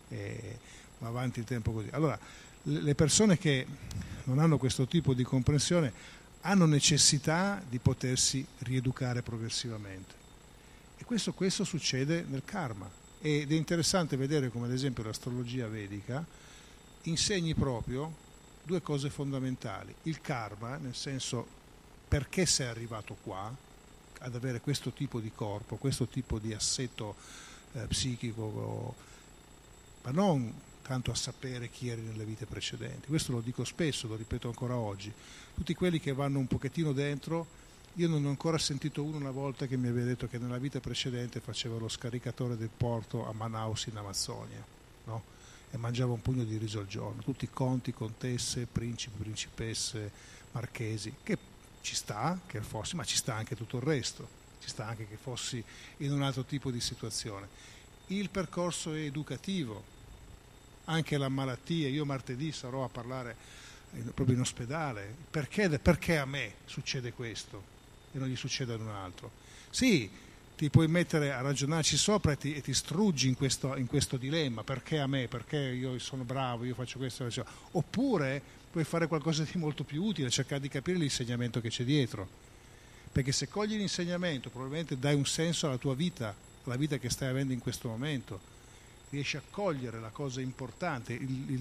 va avanti il tempo così. Allora, le persone che non hanno questo tipo di comprensione hanno necessità di potersi rieducare progressivamente. E questo succede nel karma. Ed è interessante vedere come, ad esempio, l'astrologia vedica insegni proprio due cose fondamentali. Il karma, nel senso, perché sei arrivato qua ad avere questo tipo di corpo, questo tipo di assetto psichico, ma non tanto a sapere chi eri nelle vite precedenti. Questo lo dico spesso, lo ripeto ancora oggi. Tutti quelli che vanno un pochettino dentro, io non ho ancora sentito uno una volta che mi aveva detto che nella vita precedente faceva lo scaricatore del porto a Manaus in Amazzonia, no? E mangiava un pugno di riso al giorno, tutti conti, contesse, principi, principesse, marchesi, che ci sta che fossi, ma ci sta anche tutto il resto, ci sta anche che fossi in un altro tipo di situazione. Il percorso è educativo, anche la malattia. Io martedì sarò a parlare proprio in ospedale, perché a me succede questo e non gli succede ad un altro. Sì, ti puoi mettere a ragionarci sopra e ti struggi in questo dilemma, perché a me, perché io sono bravo, io faccio questo, oppure puoi fare qualcosa di molto più utile, cercare di capire l'insegnamento che c'è dietro, perché se cogli l'insegnamento probabilmente dai un senso alla tua vita, alla vita che stai avendo in questo momento, riesci a cogliere la cosa importante,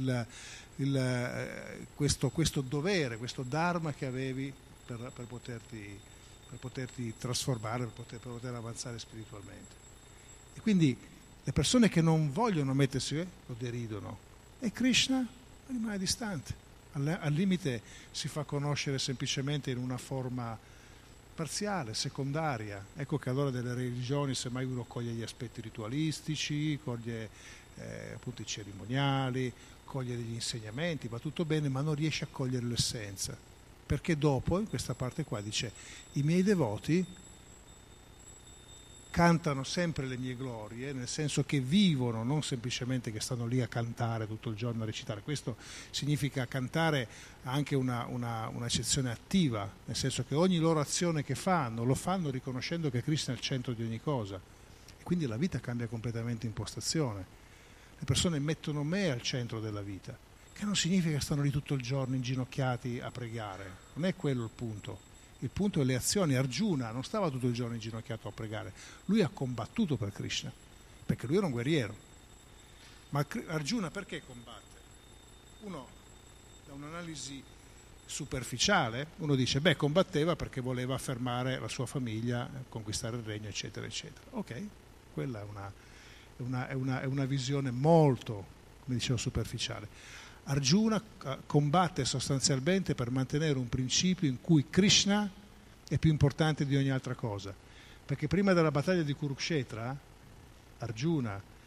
questo dovere, questo dharma che avevi per poterti trasformare, per poter avanzare spiritualmente. E quindi le persone che non vogliono mettersi lo deridono, e Krishna rimane distante. Al limite si fa conoscere semplicemente in una forma parziale, secondaria. Ecco che allora delle religioni, semmai uno coglie gli aspetti ritualistici, coglie appunto i cerimoniali, coglie degli insegnamenti, va tutto bene, ma non riesce a cogliere l'essenza. Perché dopo, in questa parte qua, dice: i miei devoti cantano sempre le mie glorie, nel senso che vivono, non semplicemente che stanno lì a cantare tutto il giorno, a recitare. Questo significa cantare anche un'accezione attiva, nel senso che ogni loro azione che fanno, lo fanno riconoscendo che Krishna è il centro di ogni cosa. E quindi la vita cambia completamente impostazione. Le persone mettono me al centro della vita, che non significa che stanno lì tutto il giorno inginocchiati a pregare. Non è quello il punto. Il punto è le azioni. Arjuna non stava tutto il giorno inginocchiato a pregare, lui ha combattuto per Krishna, perché lui era un guerriero. Ma Arjuna perché combatte? Uno, da un'analisi superficiale, uno dice: beh, combatteva perché voleva affermare la sua famiglia, conquistare il regno, eccetera, eccetera. Ok, quella è una visione molto, come dicevo, superficiale. Arjuna combatte sostanzialmente per mantenere un principio in cui Krishna è più importante di ogni altra cosa, perché prima della battaglia di Kurukshetra Arjuna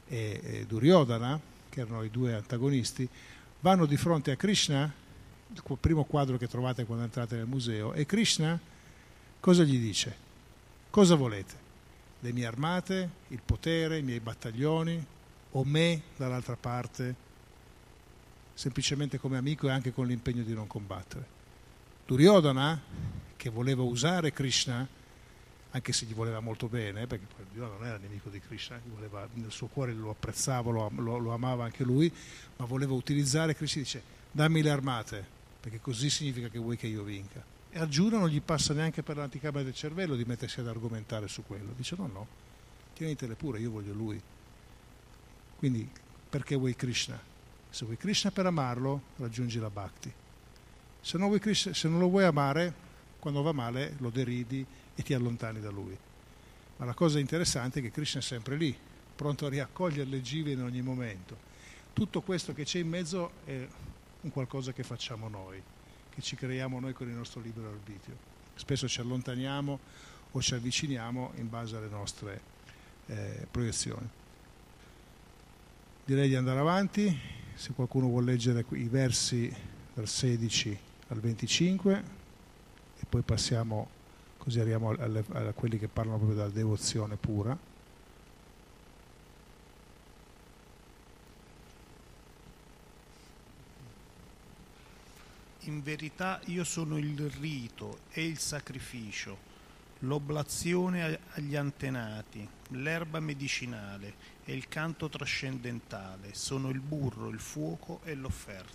e Duryodhana, che erano i due antagonisti, vanno di fronte a Krishna, il primo quadro che trovate quando entrate nel museo, e Krishna cosa gli dice? Cosa volete? Le mie armate, il potere, i miei battaglioni, o me dall'altra parte, semplicemente come amico e anche con l'impegno di non combattere? Duryodhana, che voleva usare Krishna, anche se gli voleva molto bene, perché Duryodhana non era nemico di Krishna, nel suo cuore lo apprezzava, lo amava anche lui, ma voleva utilizzare Krishna, dice dammi le armate, perché così significa che vuoi che io vinca. E Arjuna non gli passa neanche per l'anticamera del cervello di mettersi ad argomentare su quello, dice no, tienitele pure, io voglio lui. Quindi perché vuoi Krishna? Se vuoi Krishna per amarlo, raggiungi la bhakti. Se non lo vuoi amare, quando va male lo deridi e ti allontani da lui. Ma la cosa interessante è che Krishna è sempre lì, pronto a riaccogliere le jive in ogni momento. Tutto questo che c'è in mezzo è un qualcosa che facciamo noi, che ci creiamo noi con il nostro libero arbitrio. Spesso ci allontaniamo o ci avviciniamo in base alle nostre proiezioni. Direi di andare avanti, se qualcuno vuol leggere i versi dal 16 al 25 e poi passiamo, così arriviamo a quelli che parlano proprio della devozione pura. In verità io sono il rito e il sacrificio, l'oblazione agli antenati, l'erba medicinale e il canto trascendentale, sono il burro, il fuoco e l'offerta.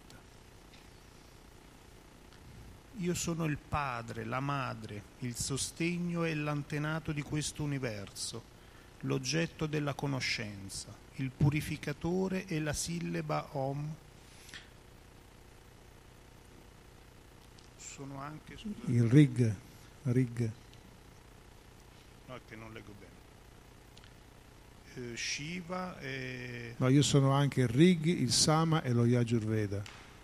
Io sono il padre, la madre, il sostegno e l'antenato di questo universo, l'oggetto della conoscenza, il purificatore e la sillaba Om. Sono anche il Rig. No, che non leggo bene. Shiva e... No, io sono anche il Rig, il Sama e lo Yajurveda.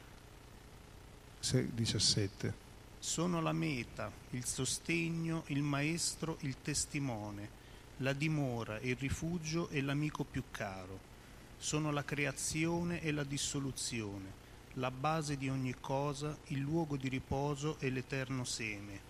17. Sono la meta, il sostegno, il maestro, il testimone, la dimora, il rifugio e l'amico più caro. Sono la creazione e la dissoluzione, la base di ogni cosa, il luogo di riposo e l'eterno seme.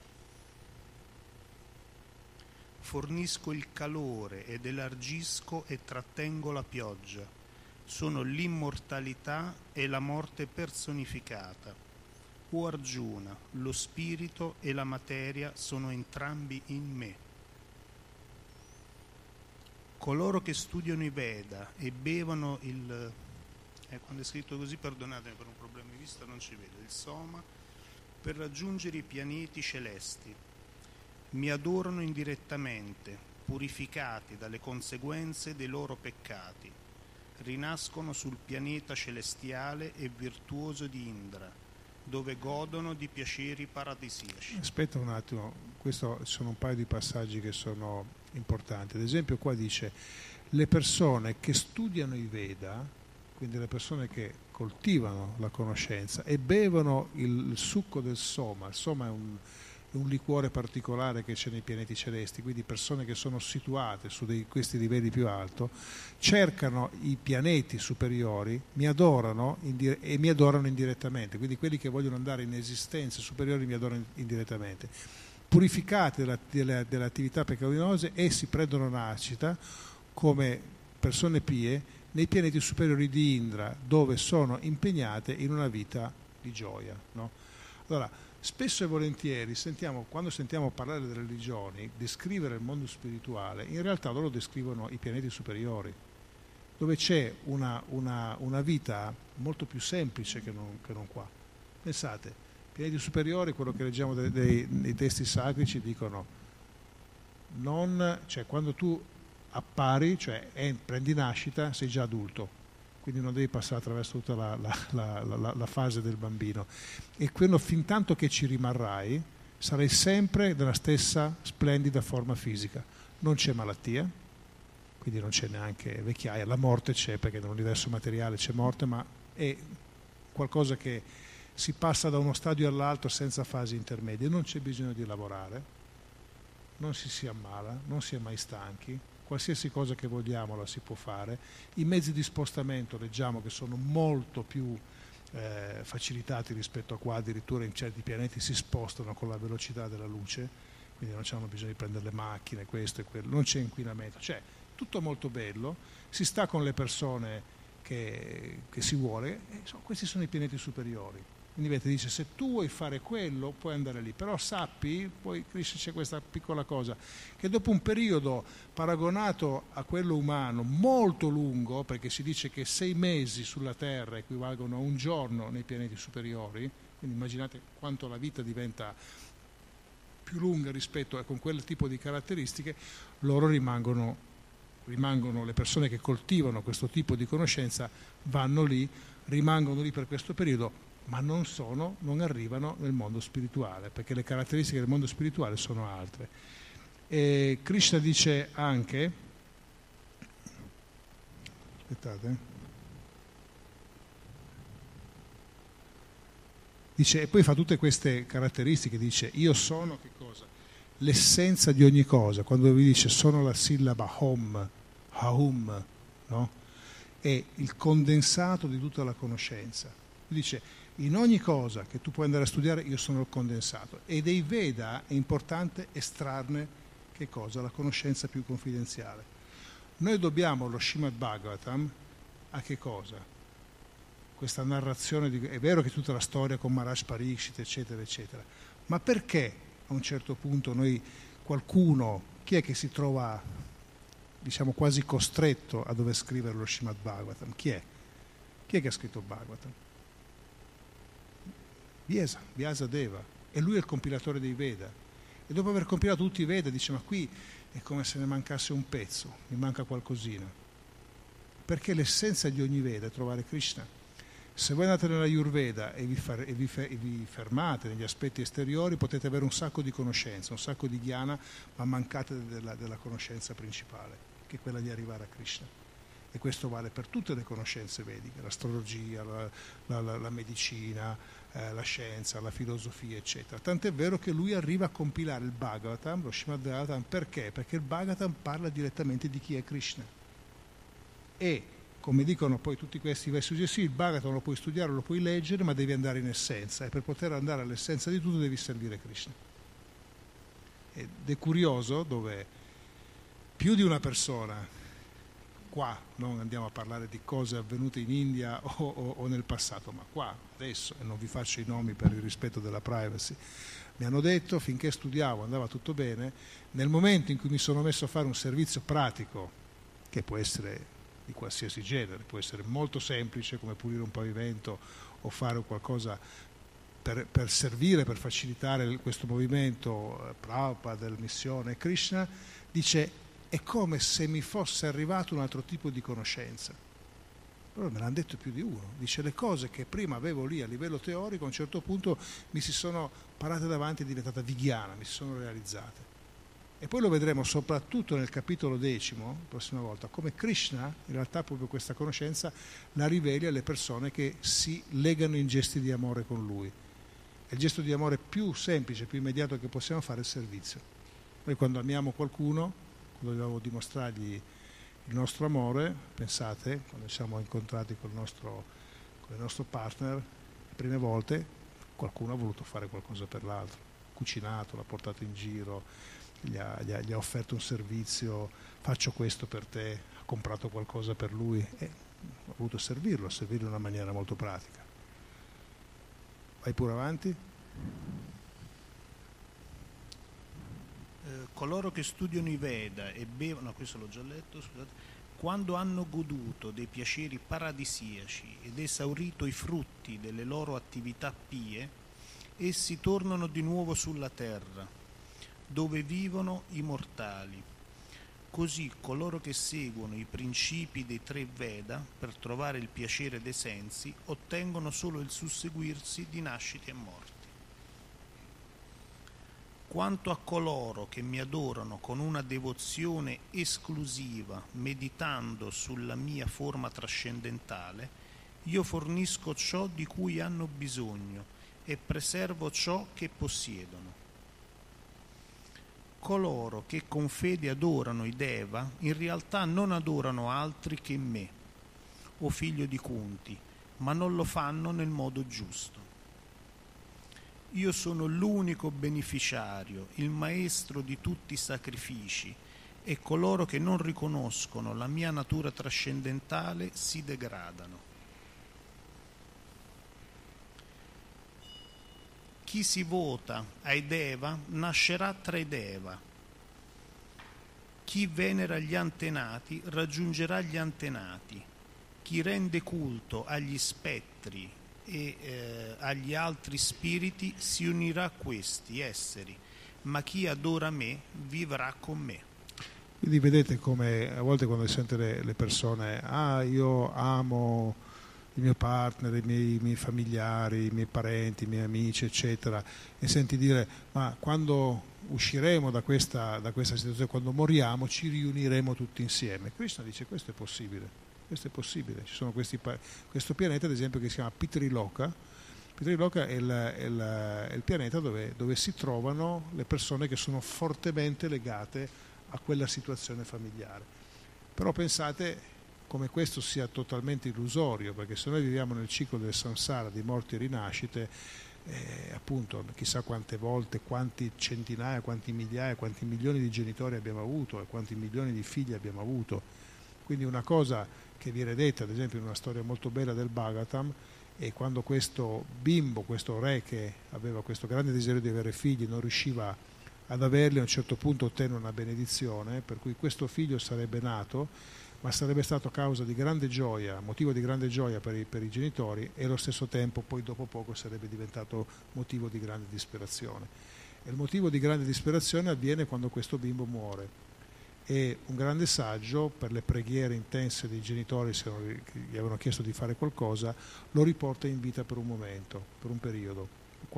Fornisco il calore ed elargisco e trattengo la pioggia. Sono l'immortalità e la morte personificata. O Arjuna, lo spirito e la materia sono entrambi in me. Coloro che studiano i Veda e bevono il... quando è scritto così, perdonatemi per un problema di vista, non ci vedo, il Soma, per raggiungere i pianeti celesti. Mi adorano indirettamente, purificati dalle conseguenze dei loro peccati. Rinascono sul pianeta celestiale e virtuoso di Indra, dove godono di piaceri paradisiaci. Aspetta un attimo, questo sono un paio di passaggi che sono importanti. Ad esempio qua dice le persone che studiano i Veda, quindi le persone che coltivano la conoscenza e bevono il succo del Soma. Il Soma è un liquore particolare che c'è nei pianeti celesti, quindi persone che sono situate su questi livelli più alti, cercano i pianeti superiori, mi adorano e mi adorano indirettamente, quindi quelli che vogliono andare in esistenze superiori mi adorano indirettamente. Purificati delle attività peccaminose, essi prendono nascita come persone pie nei pianeti superiori di Indra, dove sono impegnate in una vita di gioia, no? Allora, spesso e volentieri quando sentiamo parlare delle religioni, descrivere il mondo spirituale, in realtà loro descrivono i pianeti superiori, dove c'è una vita molto più semplice che non qua. Pensate, pianeti superiori, quello che leggiamo nei testi sacri ci dicono, cioè quando tu appari, cioè prendi nascita, sei già adulto, quindi non devi passare attraverso tutta la fase del bambino, e quello fin tanto che ci rimarrai sarai sempre della stessa splendida forma fisica, non c'è malattia, quindi non c'è neanche vecchiaia, la morte c'è perché nell'universo materiale c'è morte, ma è qualcosa che si passa da uno stadio all'altro senza fasi intermedie, non c'è bisogno di lavorare, non si ammala, non si è mai stanchi, qualsiasi cosa che vogliamo la si può fare. I mezzi di spostamento leggiamo che sono molto più facilitati rispetto a qua, addirittura in certi pianeti si spostano con la velocità della luce, quindi non c'hanno bisogno di prendere le macchine, questo e quello, non c'è inquinamento, cioè tutto molto bello, si sta con le persone che si vuole, e questi sono i pianeti superiori. Quindi vedete, dice, se tu vuoi fare quello puoi andare lì, però sappi, poi c'è questa piccola cosa, che dopo un periodo paragonato a quello umano molto lungo, perché si dice che 6 mesi sulla Terra equivalgono a un giorno nei pianeti superiori, quindi immaginate quanto la vita diventa più lunga rispetto a con quel tipo di caratteristiche, loro rimangono, le persone che coltivano questo tipo di conoscenza vanno lì, rimangono lì per questo periodo, ma non arrivano nel mondo spirituale, perché le caratteristiche del mondo spirituale sono altre. E Krishna dice anche, aspettate, dice, e poi fa tutte queste caratteristiche, dice, io sono che cosa? L'essenza di ogni cosa, quando vi dice sono la sillaba hom, haum, no? È il condensato di tutta la conoscenza. Dice, in ogni cosa che tu puoi andare a studiare io sono il condensato, e dei Veda è importante estrarne che cosa? La conoscenza più confidenziale. Noi dobbiamo lo Srimad Bhagavatam a che cosa? Questa narrazione è vero che tutta la storia con Maharaj Pariksit eccetera eccetera, ma perché a un certo punto qualcuno, chi è che si trova diciamo quasi costretto a dover scrivere lo Srimad Bhagavatam? Chi è che ha scritto il Bhagavatam? Vyasa Deva, e lui è il compilatore dei Veda, e dopo aver compilato tutti i Veda dice, ma qui è come se ne mancasse un pezzo, mi manca qualcosina, perché l'essenza di ogni Veda è trovare Krishna. Se voi andate nella Ayurveda e vi fermate negli aspetti esteriori, potete avere un sacco di conoscenza, un sacco di jnana, ma mancate della conoscenza principale, che è quella di arrivare a Krishna. E questo vale per tutte le conoscenze vediche, l'astrologia, la medicina, la scienza, la filosofia, eccetera. Tant'è vero che lui arriva a compilare il Bhagavatam, lo Srimad Bhagavatam, perché? Perché il Bhagavatam parla direttamente di chi è Krishna. E, come dicono poi tutti questi versi successivi, il Bhagavatam lo puoi studiare, lo puoi leggere, ma devi andare in essenza, e per poter andare all'essenza di tutto devi servire Krishna. Ed è curioso dove più di una persona, qua non andiamo a parlare di cose avvenute in India o nel passato, ma qua, adesso, e non vi faccio i nomi per il rispetto della privacy, mi hanno detto, finché studiavo andava tutto bene, nel momento in cui mi sono messo a fare un servizio pratico, che può essere di qualsiasi genere, può essere molto semplice come pulire un pavimento o fare qualcosa per servire, per facilitare questo movimento Prabhupada della missione Krishna, dice, è come se mi fosse arrivato un altro tipo di conoscenza. Allora me l'hanno detto più di uno, dice, le cose che prima avevo lì a livello teorico a un certo punto mi si sono parate davanti, è diventata vigyana, mi si sono realizzate. E poi lo vedremo soprattutto nel capitolo 10, la prossima volta, come Krishna, in realtà proprio questa conoscenza, la riveli alle persone che si legano in gesti di amore con lui. E il gesto di amore più semplice, più immediato che possiamo fare è il servizio. Noi quando amiamo qualcuno, quando dobbiamo dimostrargli il nostro amore, pensate, quando ci siamo incontrati con il nostro partner, le prime volte qualcuno ha voluto fare qualcosa per l'altro, cucinato, l'ha portato in giro, gli ha offerto un servizio, faccio questo per te, ha comprato qualcosa per lui e ha voluto servirlo in una maniera molto pratica. Vai pure avanti. Coloro che studiano i Veda e bevono, questo l'ho già letto, scusate, quando hanno goduto dei piaceri paradisiaci ed esaurito i frutti delle loro attività pie, essi tornano di nuovo sulla terra, dove vivono i mortali. Così coloro che seguono i principi dei 3 Veda per trovare il piacere dei sensi ottengono solo il susseguirsi di nascite e morti. Quanto a coloro che mi adorano con una devozione esclusiva, meditando sulla mia forma trascendentale, io fornisco ciò di cui hanno bisogno e preservo ciò che possiedono. Coloro che con fede adorano i Deva in realtà non adorano altri che me, o figlio di Kunti, ma non lo fanno nel modo giusto. Io sono l'unico beneficiario, il maestro di tutti i sacrifici, e coloro che non riconoscono la mia natura trascendentale si degradano. Chi si vota ai Deva nascerà tra i Deva. Chi venera gli antenati raggiungerà gli antenati. Chi rende culto agli spettri e agli altri spiriti si unirà a questi esseri, ma chi adora me vivrà con me. Quindi vedete come a volte quando sente le persone, io amo il mio partner, i miei familiari, i miei parenti, i miei amici, eccetera, e senti dire, ma quando usciremo da questa situazione, quando moriamo, ci riuniremo tutti insieme. Krishna dice, questo è possibile. Questo è possibile, ci sono questo pianeta ad esempio che si chiama Pitriloka. Pitriloka è il pianeta dove si trovano le persone che sono fortemente legate a quella situazione familiare. Però pensate come questo sia totalmente illusorio, perché se noi viviamo nel ciclo del samsara, di morti e rinascite, appunto chissà quante volte, quanti centinaia, quanti migliaia, quanti milioni di genitori abbiamo avuto e quanti milioni di figli abbiamo avuto. Quindi una cosa che viene detta ad esempio in una storia molto bella del Bhagavatam è quando questo bimbo, questo re che aveva questo grande desiderio di avere figli, non riusciva ad averli, a un certo punto ottenne una benedizione per cui questo figlio sarebbe nato, ma sarebbe stato causa di grande gioia, motivo di grande gioia per i genitori, e allo stesso tempo poi dopo poco sarebbe diventato motivo di grande disperazione. E il motivo di grande disperazione avviene quando questo bimbo muore. E un grande saggio, per le preghiere intense dei genitori che gli avevano chiesto di fare qualcosa, lo riporta in vita per un momento, per un periodo,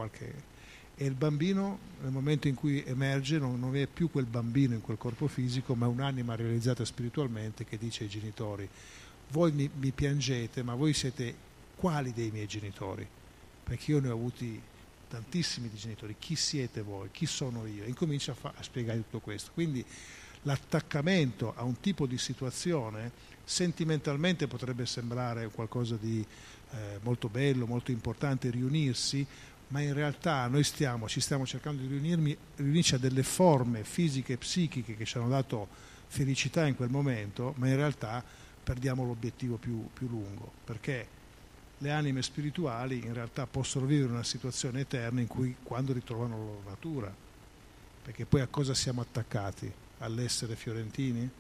e il bambino nel momento in cui emerge non è più quel bambino in quel corpo fisico, ma un'anima realizzata spiritualmente che dice ai genitori, voi mi piangete, ma voi siete quali dei miei genitori? Perché io ne ho avuti tantissimi di genitori, chi siete voi? Chi sono io? E incomincia a spiegare tutto questo. Quindi l'attaccamento a un tipo di situazione sentimentalmente potrebbe sembrare qualcosa di molto bello, molto importante, riunirsi, ma in realtà noi ci stiamo cercando di riunirci a delle forme fisiche e psichiche che ci hanno dato felicità in quel momento, ma in realtà perdiamo l'obiettivo più lungo, perché le anime spirituali in realtà possono vivere una situazione eterna in cui quando ritrovano la loro natura, perché poi a cosa siamo attaccati? All'essere fiorentini?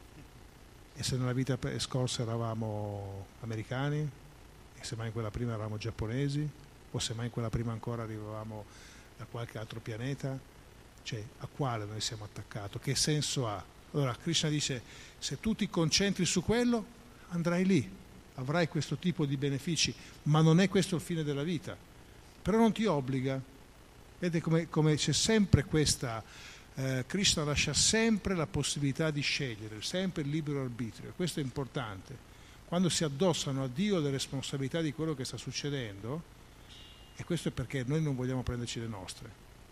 E se nella vita scorsa eravamo americani? E se mai in quella prima eravamo giapponesi? O se mai in quella prima ancora arrivavamo da qualche altro pianeta? Cioè, a quale noi siamo attaccati? Che senso ha? Allora Krishna dice, se tu ti concentri su quello, andrai lì, avrai questo tipo di benefici, ma non è questo il fine della vita. Però non ti obbliga. Vedete come c'è sempre questa... Krishna lascia sempre la possibilità di scegliere, sempre il libero arbitrio. Questo è importante. Quando si addossano a Dio le responsabilità di quello che sta succedendo, e questo è perché noi non vogliamo prenderci le nostre.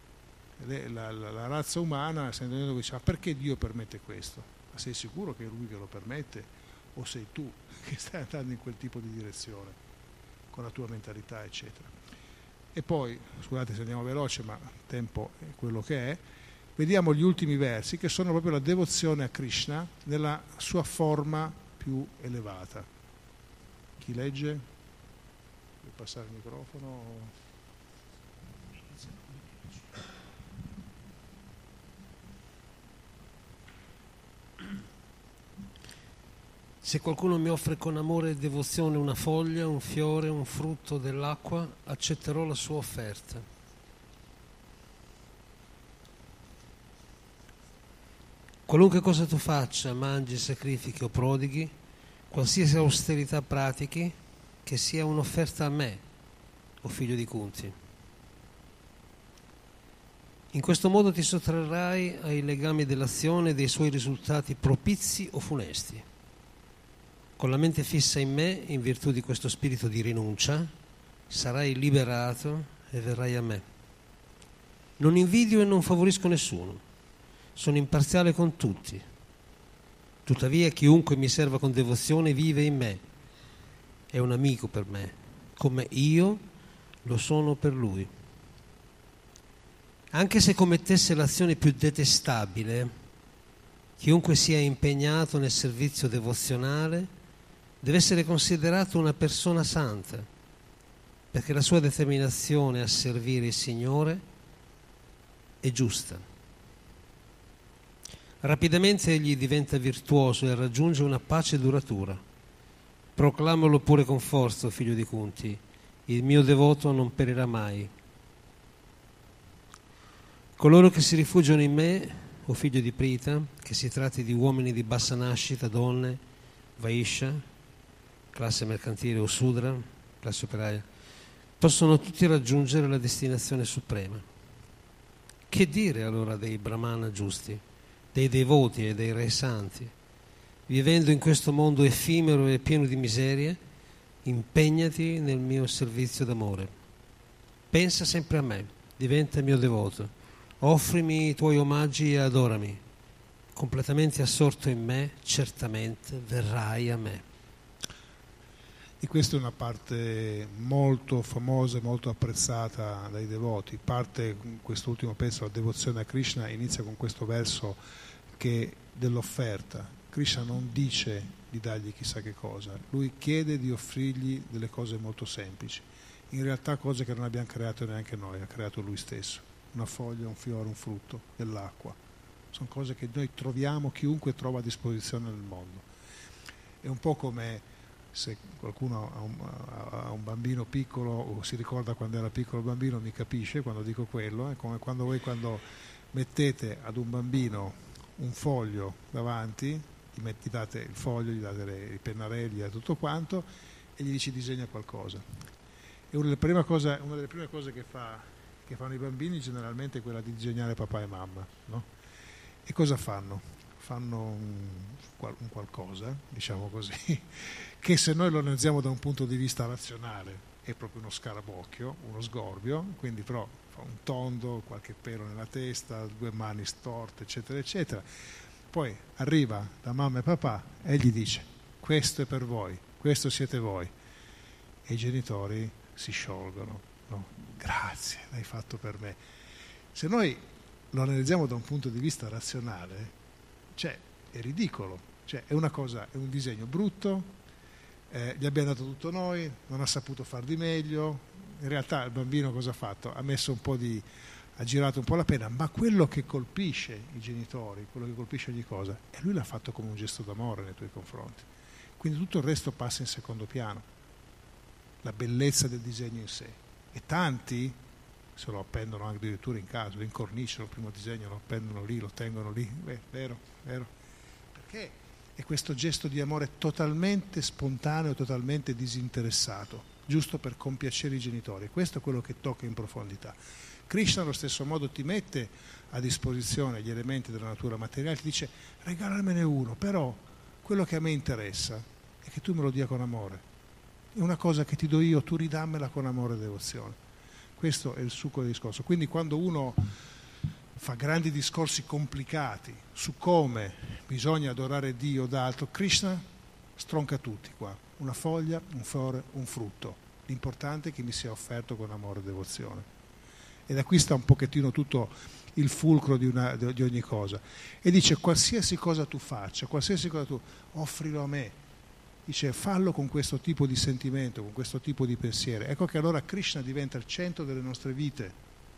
La razza umana sta intendendo che dice, perché Dio permette questo? Ma sei sicuro che è Lui che lo permette? O sei tu che stai andando in quel tipo di direzione, con la tua mentalità, eccetera. E poi, scusate se andiamo veloce, ma il tempo è quello che è, vediamo gli ultimi versi che sono proprio la devozione a Krishna nella sua forma più elevata. Chi legge? Vuoi passare il microfono? Se qualcuno mi offre con amore e devozione una foglia, un fiore, un frutto dell'acqua, accetterò la sua offerta. Qualunque cosa tu faccia, mangi, sacrifichi o prodighi, qualsiasi austerità pratichi, che sia un'offerta a me, o figlio di Kunti. In questo modo ti sottrarrai ai legami dell'azione e dei suoi risultati propizi o funesti. Con la mente fissa in me, in virtù di questo spirito di rinuncia, sarai liberato e verrai a me. Non invidio e non favorisco nessuno. sono imparziale con tutti. Tuttavia chiunque mi serva con devozione vive in me, è un amico per me, come io lo sono per lui. Anche se commettesse l'azione più detestabile, chiunque sia impegnato nel servizio devozionale deve essere considerato una persona santa, perché la sua determinazione a servire il Signore è giusta. Rapidamente egli diventa virtuoso e raggiunge una pace duratura. Proclamalo pure con forza, figlio di Kunti, il mio devoto non perirà mai. Coloro che si rifugiano in me, o figlio di Prita, che si tratti di uomini di bassa nascita, donne, Vaisha, classe mercantile o Sudra, classe operaia, possono tutti raggiungere la destinazione suprema. Che dire allora dei brahmana giusti, dei devoti e dei re santi? Vivendo in questo mondo effimero e pieno di miserie, impegnati nel mio servizio d'amore. Pensa sempre a me, diventa mio devoto, offrimi i tuoi omaggi e adorami. Completamente assorto in me, certamente verrai a me. E questa è una parte molto famosa e molto apprezzata dai devoti. Parte quest'ultimo pezzo, la devozione a Krishna, inizia con questo verso che dell'offerta. Krishna non dice di dargli chissà che cosa, lui chiede di offrirgli delle cose molto semplici, in realtà cose che non abbiamo creato neanche noi, ha creato lui stesso, una foglia, un fiore, un frutto, dell'acqua, sono cose che noi troviamo, chiunque trova a disposizione nel mondo. È un po' come se qualcuno ha un bambino piccolo o si ricorda quando era piccolo bambino, mi capisce quando dico quello, è come quando voi mettete ad un bambino un foglio davanti, gli date il foglio, gli date i pennarelli, gli date tutto quanto e gli dici disegna qualcosa. E una delle prime cose che fanno i bambini generalmente è quella di disegnare papà e mamma, no? E cosa fanno? Fanno un qualcosa, diciamo così, che se noi lo analizziamo da un punto di vista razionale è proprio uno scarabocchio, uno sgorbio, quindi però fa un tondo, qualche pelo nella testa, 2 mani storte, eccetera, eccetera. Poi arriva da mamma e papà e gli dice questo è per voi, questo siete voi. E i genitori si sciolgono, no? Grazie, l'hai fatto per me. Se noi lo analizziamo da un punto di vista razionale, cioè è ridicolo, cioè è una cosa, è un disegno brutto, gli abbiamo dato tutto noi, non ha saputo far di meglio, in realtà il bambino cosa ha fatto? Ha girato un po' la penna, ma quello che colpisce i genitori, quello che colpisce ogni cosa, e lui l'ha fatto come un gesto d'amore nei tuoi confronti. Quindi tutto il resto passa in secondo piano, la bellezza del disegno in sé. E tanti se lo appendono anche addirittura in casa, lo incorniciano il primo disegno, lo appendono lì, lo tengono lì, vero, perché è questo gesto di amore totalmente spontaneo, totalmente disinteressato, giusto per compiacere i genitori. Questo è quello che tocca in profondità. Krishna allo stesso modo ti mette a disposizione gli elementi della natura materiale, ti dice regalamene uno, però quello che a me interessa è che tu me lo dia con amore, è una cosa che ti do io, tu ridammela con amore e devozione. Questo è il succo del discorso. Quindi quando uno fa grandi discorsi complicati su come bisogna adorare Dio o d'altro, Krishna stronca tutti qua, una foglia, un fiore, un frutto, l'importante è che mi sia offerto con amore e devozione. E da qui sta un pochettino tutto il fulcro di ogni cosa. E dice qualsiasi cosa tu faccia, qualsiasi cosa tu offrilo a me, dice fallo con questo tipo di sentimento, con questo tipo di pensiero. Ecco che allora Krishna diventa il centro delle nostre vite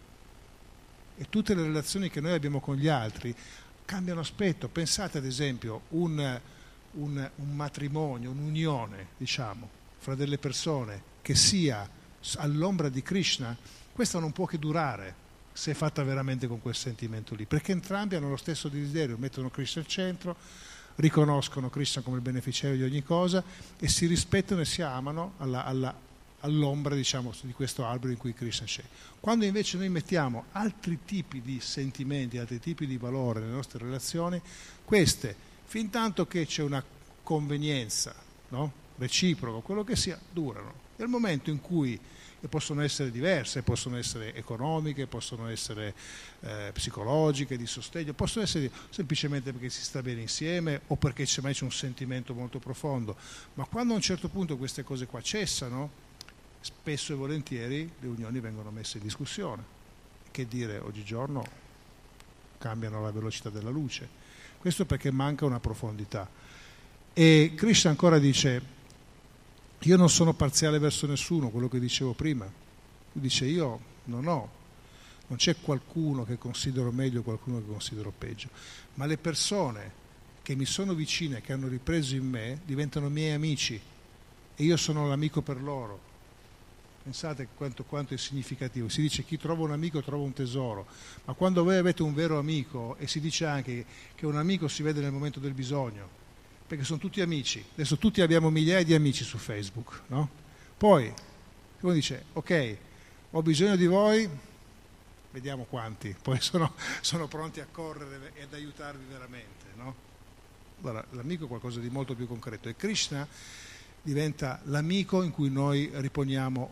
e tutte le relazioni che noi abbiamo con gli altri cambiano aspetto. Pensate ad esempio un matrimonio, un'unione, diciamo, fra delle persone che sia all'ombra di Krishna, questa non può che durare se è fatta veramente con quel sentimento lì, perché entrambi hanno lo stesso desiderio, mettono Krishna al centro, riconoscono Krishna come il beneficiario di ogni cosa e si rispettano e si amano all'ombra, diciamo, di questo albero in cui Krishna c'è. Quando invece noi mettiamo altri tipi di sentimenti, altri tipi di valore nelle nostre relazioni, queste, fin tanto che c'è una convenienza, no? Reciproca, quello che sia, durano. Nel momento in cui e possono essere diverse, possono essere economiche, possono essere psicologiche, di sostegno, possono essere semplicemente perché si sta bene insieme o perché c'è un sentimento molto profondo, ma quando a un certo punto queste cose qua cessano, spesso e volentieri le unioni vengono messe in discussione. Che dire, oggigiorno cambiano la velocità della luce, questo perché manca una profondità. E Krishna ancora dice: io non sono parziale verso nessuno, quello che dicevo prima. Lui dice: io non c'è qualcuno che considero meglio, qualcuno che considero peggio, ma le persone che mi sono vicine, che hanno ripreso in me, diventano miei amici e io sono l'amico per loro. Pensate quanto è significativo. Si dice: chi trova un amico trova un tesoro, ma quando voi avete un vero amico, e si dice anche che un amico si vede nel momento del bisogno, perché sono tutti amici. Adesso tutti abbiamo migliaia di amici su Facebook, no? Poi uno dice: ok, ho bisogno di voi, vediamo quanti poi sono pronti a correre ed aiutarvi veramente, no? Allora, l'amico è qualcosa di molto più concreto, e Krishna diventa l'amico in cui noi riponiamo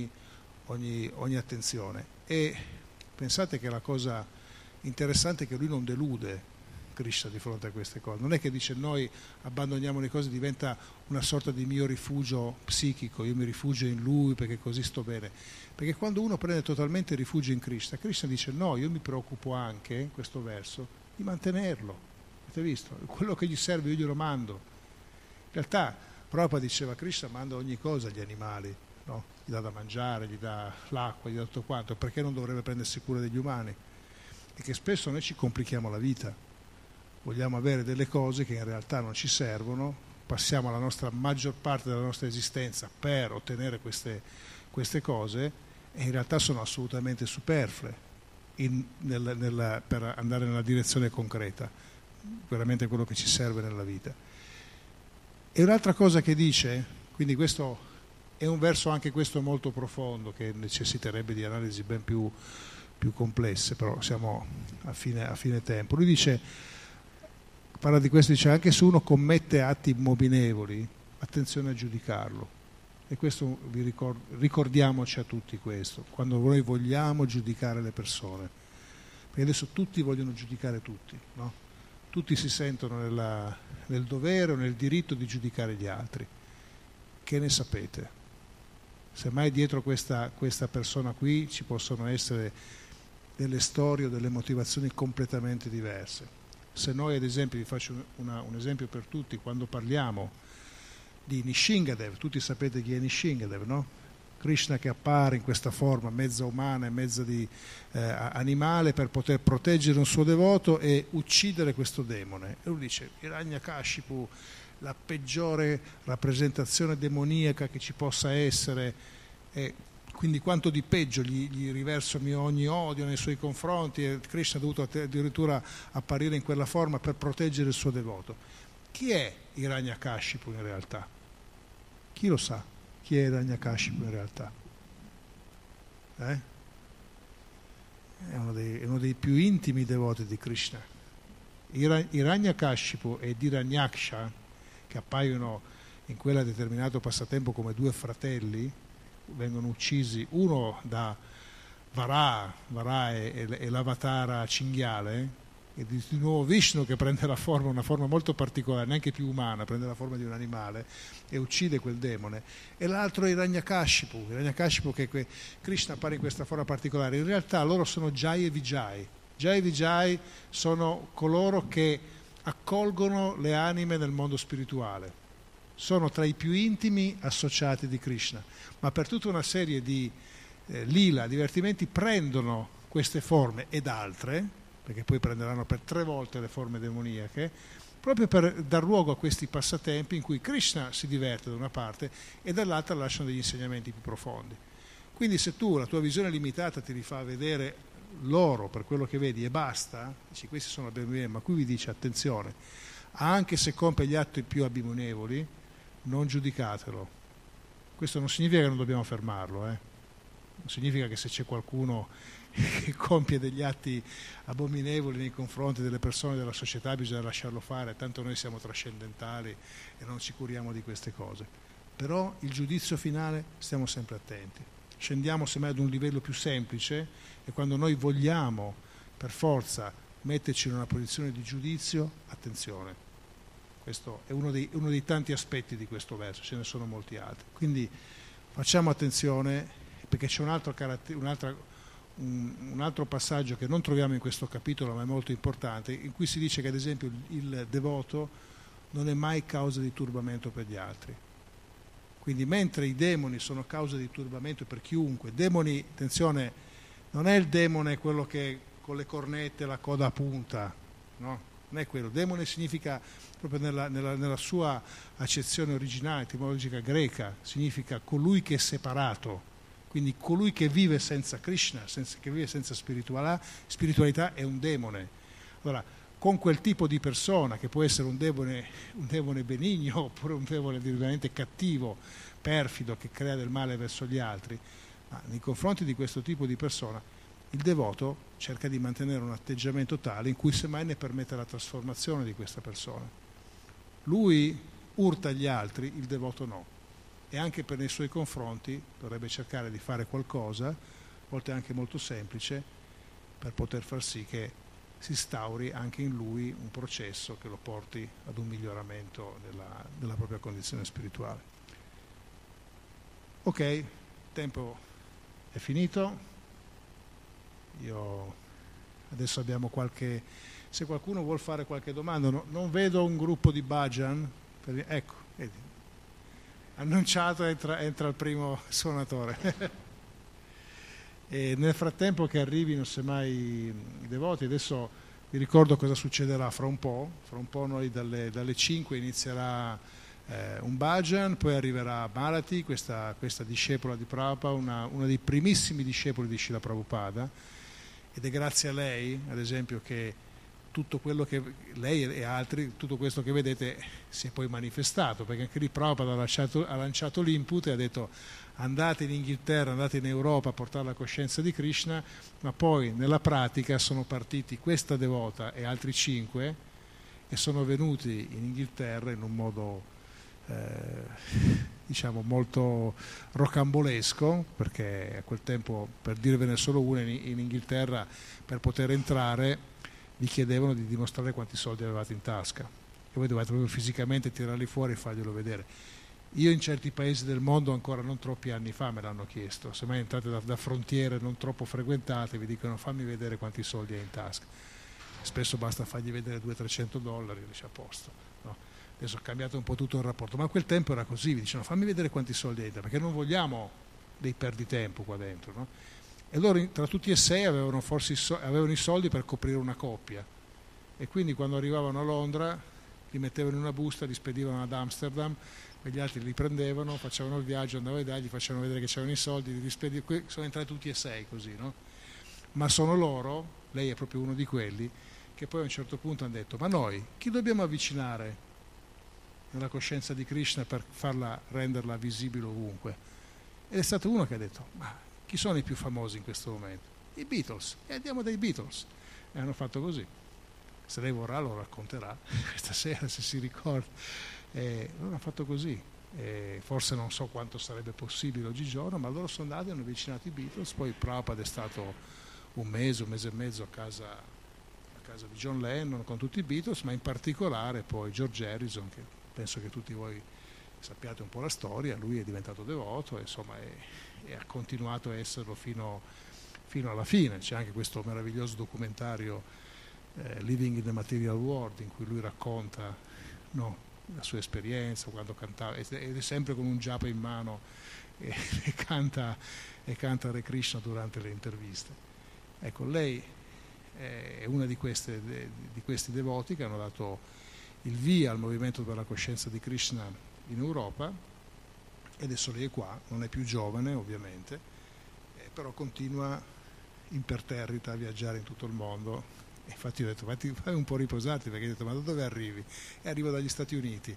ogni attenzione. E pensate che la cosa interessante è che lui non delude Krishna di fronte a queste cose. Non è che dice: noi abbandoniamo le cose, diventa una sorta di mio rifugio psichico, io mi rifugio in lui perché così sto bene. Perché quando uno prende totalmente rifugio in Krishna, Krishna dice: no, io mi preoccupo anche, in questo verso, di mantenerlo. Avete visto? Quello che gli serve io glielo mando. In realtà Prabhupada diceva: Krishna manda ogni cosa agli animali, no? Gli dà da mangiare, gli dà l'acqua, gli dà tutto quanto, perché non dovrebbe prendersi cura degli umani? E che spesso noi ci complichiamo la vita. Vogliamo avere delle cose che in realtà non ci servono, passiamo la maggior parte della nostra esistenza per ottenere queste cose, e in realtà sono assolutamente superflue per andare nella direzione concreta, veramente quello che ci serve nella vita. E un'altra cosa che dice, quindi questo è un verso anche questo molto profondo, che necessiterebbe di analisi ben più complesse, però siamo a fine tempo. Lui parla di questo, dice: anche se uno commette atti immobilevoli, attenzione a giudicarlo. E questo ricordiamoci a tutti questo, quando noi vogliamo giudicare le persone, perché adesso tutti vogliono giudicare tutti, no? Tutti si sentono nel dovere o nel diritto di giudicare gli altri. Che ne sapete? Semmai dietro questa persona qui ci possono essere delle storie o delle motivazioni completamente diverse. Se noi, ad esempio, vi faccio un esempio per tutti, quando parliamo di Nishingadev, tutti sapete chi è Nishingadev, no? Krishna che appare in questa forma mezza umana e mezza di animale per poter proteggere un suo devoto e uccidere questo demone. E lui dice: Hiranyakashipu, la peggiore rappresentazione demoniaca che ci possa essere, e quindi quanto di peggio gli riverso ogni odio nei suoi confronti, e Krishna ha dovuto addirittura apparire in quella forma per proteggere il suo devoto. Chi è Hiranyakashipu in realtà? Chi lo sa? Chi è Hiranyakashipu in realtà? È uno dei più intimi devoti di Krishna. Hiranyakashipu ed Hiranyaksha, che appaiono in quella determinato passatempo come due fratelli, vengono uccisi, uno da Vara è l'avatara cinghiale, e di nuovo Vishnu che prende una forma molto particolare, neanche più umana, prende la forma di un animale e uccide quel demone. E l'altro è Hiranyakashipu che Krishna appare in questa forma particolare. In realtà loro sono Jai e Vijay. Jai e Vijay sono coloro che accolgono le anime nel mondo spirituale, sono tra i più intimi associati di Krishna, ma per tutta una serie di lila, divertimenti, prendono queste forme ed altre, perché poi prenderanno per 3 volte le forme demoniache, proprio per dar luogo a questi passatempi in cui Krishna si diverte da una parte e dall'altra lasciano degli insegnamenti più profondi. Quindi se tu, la tua visione limitata, ti rifà vedere loro per quello che vedi e basta, dici questi sono bene, ma qui vi dice attenzione, anche se compie gli atti più abominevoli, non giudicatelo. Questo non significa che non dobbiamo fermarlo, non significa che se c'è qualcuno che compie degli atti abominevoli nei confronti delle persone della società bisogna lasciarlo fare, tanto noi siamo trascendentali e non ci curiamo di queste cose. Però il giudizio finale stiamo sempre attenti. scendiamo semmai ad un livello più semplice, e quando noi vogliamo per forza metterci in una posizione di giudizio, attenzione, questo è uno dei tanti aspetti di questo verso, ce ne sono molti altri, quindi facciamo attenzione, perché c'è un altro passaggio che non troviamo in questo capitolo ma è molto importante, in cui si dice che ad esempio il devoto non è mai causa di turbamento per gli altri. Quindi mentre i demoni sono causa di turbamento per chiunque, demoni, attenzione, non è il demone quello che con le cornette, la coda a punta, no? Non è quello. Demone significa, proprio nella sua accezione originale, etimologica greca, significa colui che è separato, quindi colui che vive senza Krishna, che vive senza spiritualità è un demone. Allora, con quel tipo di persona, che può essere un demone benigno oppure un demone veramente cattivo, perfido, che crea del male verso gli altri, ma nei confronti di questo tipo di persona il devoto cerca di mantenere un atteggiamento tale in cui semmai ne permette la trasformazione di questa persona. Lui urta gli altri, il devoto no, e anche per nei suoi confronti dovrebbe cercare di fare qualcosa, a volte anche molto semplice, per poter far sì che si instauri anche in lui un processo che lo porti ad un miglioramento della propria condizione spirituale. Ok, il tempo è finito. Adesso abbiamo se qualcuno vuol fare qualche domanda, non vedo un gruppo di bhajan, ecco, vedi, annunciato, entra il primo suonatore. E nel frattempo che arrivino semmai i devoti, adesso vi ricordo cosa succederà fra un po' noi dalle 5 inizierà un bhajan, poi arriverà Malati, questa discepola di Prabhupada, una dei primissimi discepoli di Srila Prabhupada, ed è grazie a lei, ad esempio, che tutto quello che lei e altri, tutto questo che vedete si è poi manifestato, perché anche lì Prabhupada ha lanciato l'input e ha detto: andate in Inghilterra, andate in Europa a portare la coscienza di Krishna, ma poi nella pratica sono partiti questa devota e altri 5 e sono venuti in Inghilterra in un modo diciamo molto rocambolesco, perché a quel tempo, per dirvene solo una, in Inghilterra per poter entrare vi chiedevano di dimostrare quanti soldi avevate in tasca e voi dovete proprio fisicamente tirarli fuori e farglielo vedere. Io in certi paesi del mondo ancora non troppi anni fa me l'hanno chiesto, se mai entrate da frontiere non troppo frequentate vi dicono: fammi vedere quanti soldi hai in tasca. Spesso basta fargli vedere $200-300 e dice a posto, no? Adesso è cambiato un po' tutto il rapporto, ma a quel tempo era così, vi dicevano: fammi vedere quanti soldi hai, perché non vogliamo dei perditempo qua dentro, no? E loro tra tutti e 6 avevano i soldi per coprire una coppia, e quindi quando arrivavano a Londra li mettevano in una busta, li spedivano ad Amsterdam, e gli altri li prendevano, facevano il viaggio, andavano a gli facevano vedere che c'erano i soldi, sono entrati tutti e 6 così, no? Ma sono loro, lei è proprio uno di quelli, che poi a un certo punto hanno detto: ma noi chi dobbiamo avvicinare nella coscienza di Krishna per renderla visibile ovunque? Ed è stato uno che ha detto: ma chi sono i più famosi in questo momento? I Beatles, e andiamo dai Beatles. E hanno fatto così. Se lei vorrà lo racconterà questa sera, se si ricorda. Loro hanno fatto così. Forse non so quanto sarebbe possibile oggigiorno, ma loro sono andati e hanno avvicinato i Beatles. Poi Prabhupada è stato un mese e mezzo a casa di John Lennon con tutti i Beatles, ma in particolare poi George Harrison, che penso che tutti voi sappiate un po' la storia. Lui è diventato devoto, insomma, e ha continuato a esserlo fino alla fine. C'è anche questo meraviglioso documentario Living in the Material World, in cui lui racconta, no, la sua esperienza quando cantava, ed è sempre con un japa in mano e canta Hare Krishna durante le interviste. Ecco, lei è una di questi devoti che hanno dato il via al movimento per la coscienza di Krishna in Europa, e adesso lei è qua, non è più giovane ovviamente, però continua imperterrita a viaggiare in tutto il mondo. E infatti ho detto: fai un po' riposati, perché ho detto: ma da dove arrivi? E arrivo dagli Stati Uniti.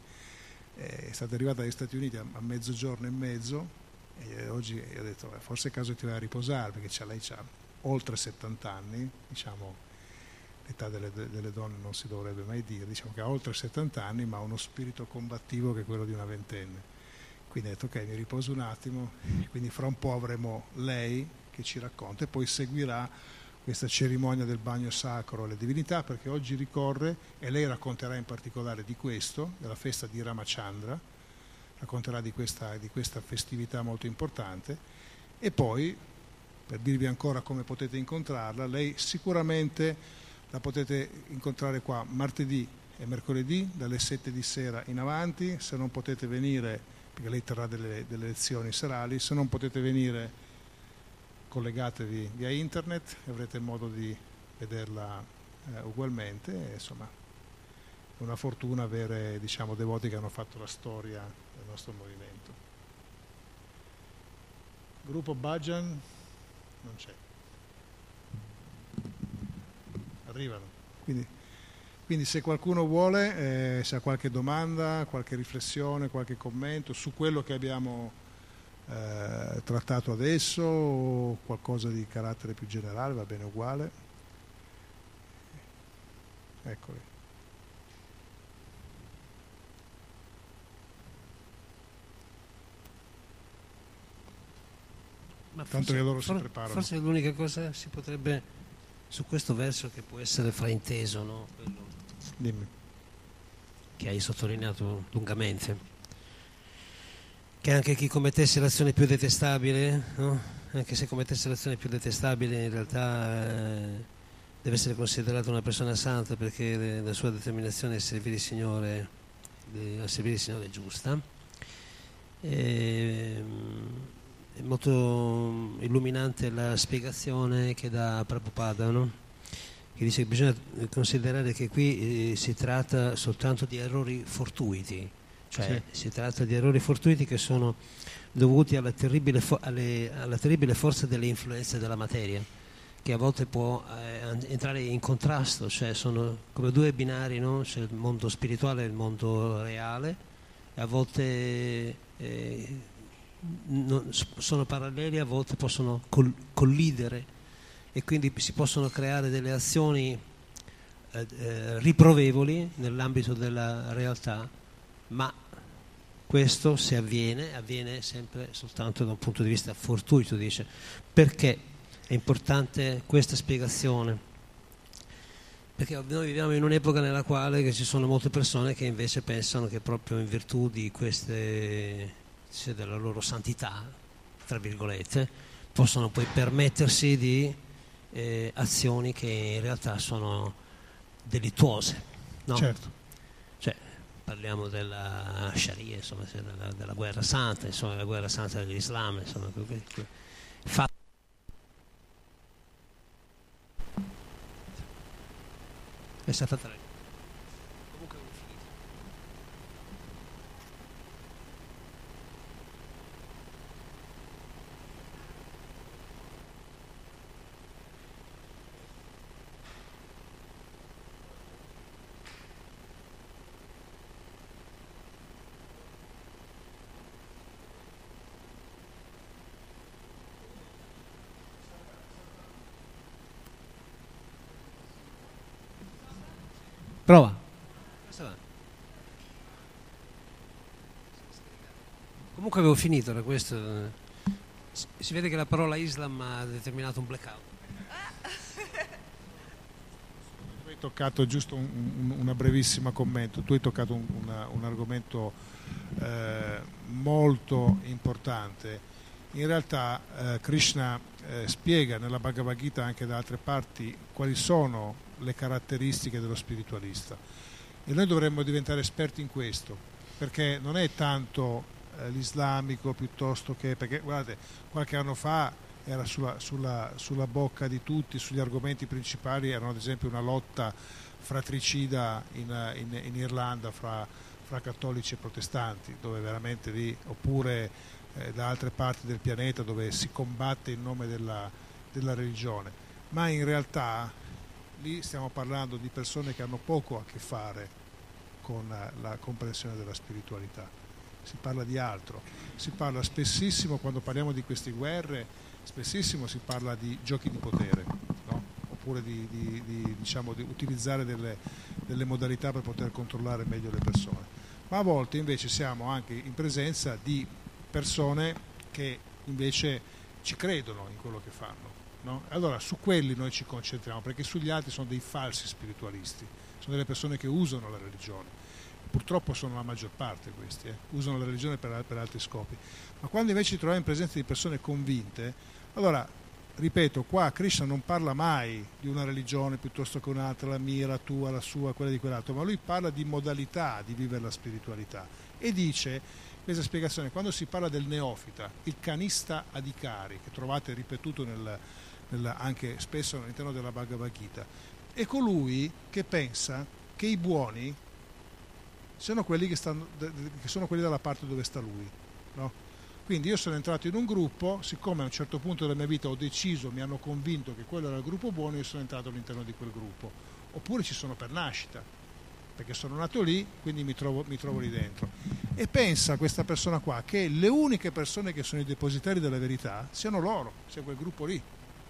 È stata arrivata dagli Stati Uniti a mezzogiorno e mezzo, e oggi ho detto: forse è caso che ti vai a riposare, perché lei ha oltre 70 anni, diciamo, l'età delle donne non si dovrebbe mai dire, diciamo che ha oltre 70 anni, ma ha uno spirito combattivo che è quello di una ventenne. Quindi ho detto ok, mi riposo un attimo, quindi fra un po' avremo lei che ci racconta e poi seguirà questa cerimonia del bagno sacro alle divinità, perché oggi ricorre, e lei racconterà in particolare di questo, della festa di Ramachandra, racconterà di questa festività molto importante, e poi, per dirvi ancora come potete incontrarla, lei sicuramente la potete incontrare qua martedì e mercoledì dalle 7 di sera in avanti. Se non potete venire, perché lei terrà delle lezioni serali, se non potete venire collegatevi via internet e avrete modo di vederla ugualmente. E, insomma, è una fortuna avere, diciamo, devoti che hanno fatto la storia del nostro movimento. Gruppo Bhajan non c'è, arrivano, quindi se qualcuno vuole, se ha qualche domanda, qualche riflessione, qualche commento su quello che abbiamo trattato adesso, o qualcosa di carattere più generale, va bene uguale. Eccoli. Ma tanto che loro si preparano. Forse l'unica cosa si potrebbe, su questo verso che può essere frainteso, no? Quello Dimmi. che hai sottolineato lungamente, che anche chi commettesse l'azione più detestabile, no? Anche se comettesse l'azione più detestabile, in realtà deve essere considerato una persona santa, perché la sua determinazione a servire il Signore è giusta. È molto illuminante la spiegazione che dà Prabhupada, no? Che dice che bisogna considerare che qui si tratta soltanto di errori fortuiti, cioè sì, si tratta di errori fortuiti che sono dovuti alla terribile forza delle influenze della materia, che a volte può entrare in contrasto, cioè sono come due binari, no? C'è il mondo spirituale e il mondo reale, e a volte sono paralleli, a volte possono collidere, e quindi si possono creare delle azioni riprovevoli nell'ambito della realtà, ma questo, se avviene sempre soltanto da un punto di vista fortuito, dice. Perché è importante questa spiegazione? Perché noi viviamo in un'epoca nella quale ci sono molte persone che invece pensano che proprio in virtù di queste, cioè della loro santità, tra virgolette, possono poi permettersi di azioni che in realtà sono delittuose, no? Certo. Cioè, parliamo della Sharia, insomma, della guerra santa, insomma, la guerra santa dell'Islam, insomma, è stata tra... Comunque è finito. Prova. Comunque avevo finito, era questo. Si vede che la parola Islam ha determinato un blackout. Tu hai toccato giusto una brevissima commento. Tu hai toccato un argomento molto importante. In realtà Krishna spiega nella Bhagavad Gita, anche da altre parti, quali sono le caratteristiche dello spiritualista, e noi dovremmo diventare esperti in questo, perché non è tanto l'islamico piuttosto che, perché guardate, qualche anno fa era sulla bocca di tutti, sugli argomenti principali erano ad esempio una lotta fratricida in Irlanda fra cattolici e protestanti, dove veramente lì, oppure da altre parti del pianeta dove si combatte in nome della religione, ma in realtà lì stiamo parlando di persone che hanno poco a che fare con la comprensione della spiritualità. Si parla di altro, si parla spessissimo, quando parliamo di queste guerre, spessissimo si parla di giochi di potere, no? Oppure di utilizzare delle modalità per poter controllare meglio le persone. ma a volte invece siamo anche in presenza di persone che invece ci credono in quello che fanno, no? Allora su quelli noi ci concentriamo, perché sugli altri sono dei falsi spiritualisti, sono delle persone che usano la religione. Purtroppo sono la maggior parte questi, usano la religione per altri scopi. Ma quando invece ci troviamo in presenza di persone convinte, allora, ripeto, qua Krishna non parla mai di una religione piuttosto che un'altra, la mia, la tua, la sua, quella di quell'altro, ma lui parla di modalità di vivere la spiritualità e dice, questa spiegazione, quando si parla del neofita, il canista adhikari, che trovate ripetuto anche spesso all'interno della Bhagavad Gita, è colui che pensa che i buoni sono quelli che sono quelli dalla parte dove sta lui, no? Quindi io sono entrato in un gruppo, siccome a un certo punto della mia vita ho deciso, mi hanno convinto che quello era il gruppo buono, io sono entrato all'interno di quel gruppo. Oppure ci sono per nascita, perché sono nato lì, quindi mi trovo lì dentro. E pensa questa persona qua che le uniche persone che sono i depositari della verità siano loro, sia quel gruppo lì.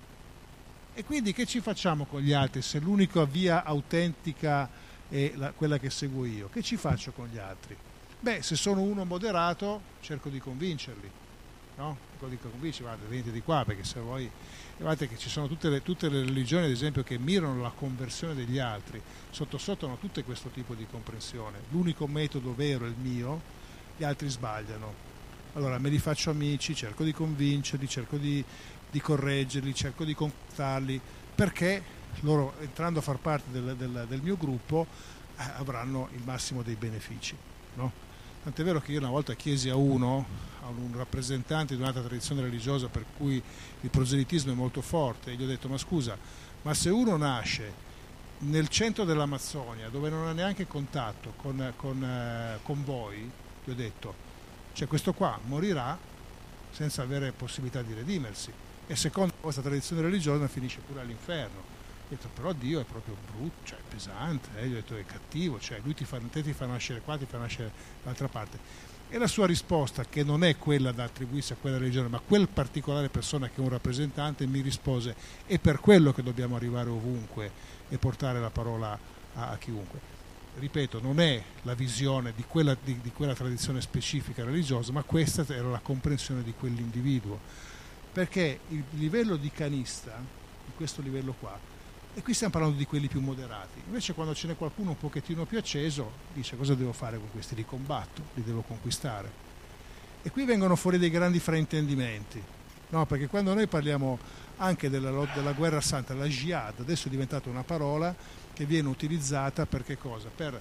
E quindi che ci facciamo con gli altri se l'unica via autentica è quella che seguo io? Che ci faccio con gli altri? Beh, se sono uno moderato cerco di convincerli, no? Dico guarda, venite di qua, perché se vuoi, guardate che ci sono tutte le religioni, ad esempio, che mirano alla conversione degli altri, sotto sotto hanno tutte questo tipo di comprensione. L'unico metodo vero è il mio, gli altri sbagliano. Allora me li faccio amici, cerco di convincerli, cerco di correggerli, cerco di conquistarli, perché loro, entrando a far parte del mio gruppo, avranno il massimo dei benefici, no? Tant'è vero che io una volta chiesi a un rappresentante di un'altra tradizione religiosa per cui il proselitismo è molto forte, e gli ho detto: ma scusa, ma se uno nasce nel centro dell'Amazzonia, dove non ha neanche contatto con voi, gli ho detto, cioè questo qua morirà senza avere possibilità di redimersi, e secondo la vostra tradizione religiosa finisce pure all'inferno. Ho detto: però Dio è proprio brutto, cioè è pesante, gli ho detto, è cattivo, cioè lui ti fa nascere qua, ti fa nascere dall'altra parte. E la sua risposta, che non è quella da attribuirsi a quella religione, ma a quel particolare persona che è un rappresentante, mi rispose: è per quello che dobbiamo arrivare ovunque e portare la parola a chiunque. Ripeto, non è la visione di quella tradizione specifica religiosa, ma questa era la comprensione di quell'individuo, perché il livello di canista, di questo livello qua, e qui stiamo parlando di quelli più moderati, invece quando ce n'è qualcuno un pochettino più acceso dice: cosa devo fare con questi? Li combatto, li devo conquistare. E qui vengono fuori dei grandi fraintendimenti, no? Perché quando noi parliamo anche della guerra santa, la jihad adesso è diventata una parola che viene utilizzata per che cosa? Per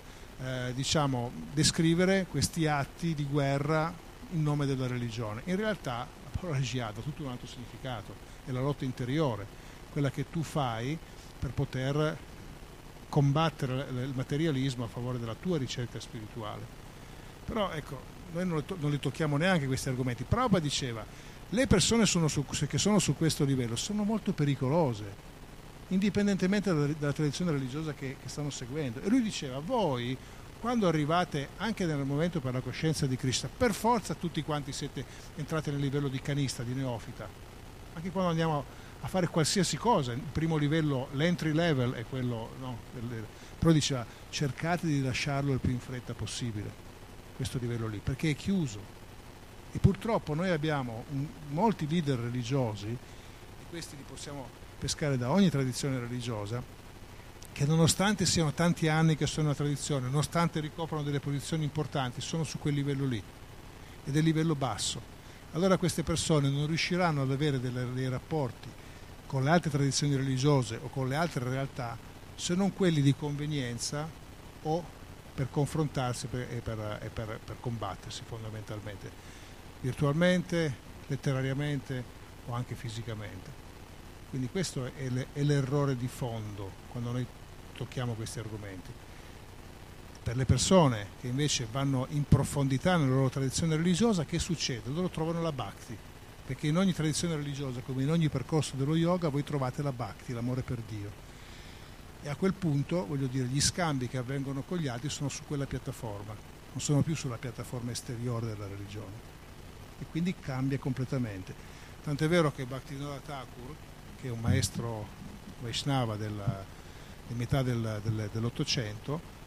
descrivere questi atti di guerra in nome della religione. In realtà la parola jihad ha tutto un altro significato, è la lotta interiore, quella che tu fai per poter combattere il materialismo a favore della tua ricerca spirituale. Però ecco, noi non li tocchiamo neanche questi argomenti. Prabhupada diceva: le persone che sono su questo livello sono molto pericolose, indipendentemente dalla tradizione religiosa che stanno seguendo. E lui diceva: voi, quando arrivate anche nel momento per la coscienza di Krishna, per forza tutti quanti siete entrati nel livello di canista, di neofita. Anche quando andiamo a fare qualsiasi cosa, il primo livello, l'entry level è quello, no? Però diceva: cercate di lasciarlo il più in fretta possibile, questo livello lì, perché è chiuso. E purtroppo noi abbiamo molti leader religiosi, e questi li possiamo pescare da ogni tradizione religiosa, che nonostante siano tanti anni che sono una tradizione, nonostante ricoprano delle posizioni importanti, sono su quel livello lì, ed è il livello basso. Allora queste persone non riusciranno ad avere dei rapporti con le altre tradizioni religiose o con le altre realtà, se non quelli di convenienza o per confrontarsi e per combattersi, fondamentalmente, virtualmente, letterariamente o anche fisicamente. Quindi questo è l'errore di fondo quando noi tocchiamo questi argomenti. Per le persone che invece vanno in profondità nella loro tradizione religiosa, che succede? Loro trovano la bhakti, perché in ogni tradizione religiosa, come in ogni percorso dello yoga, voi trovate la bhakti, l'amore per Dio. E a quel punto, voglio dire, gli scambi che avvengono con gli altri sono su quella piattaforma, non sono più sulla piattaforma esteriore della religione. E quindi cambia completamente. Tant'è vero che Bhaktivinoda Thakur, che è un maestro Vaishnava di metà dell'Ottocento,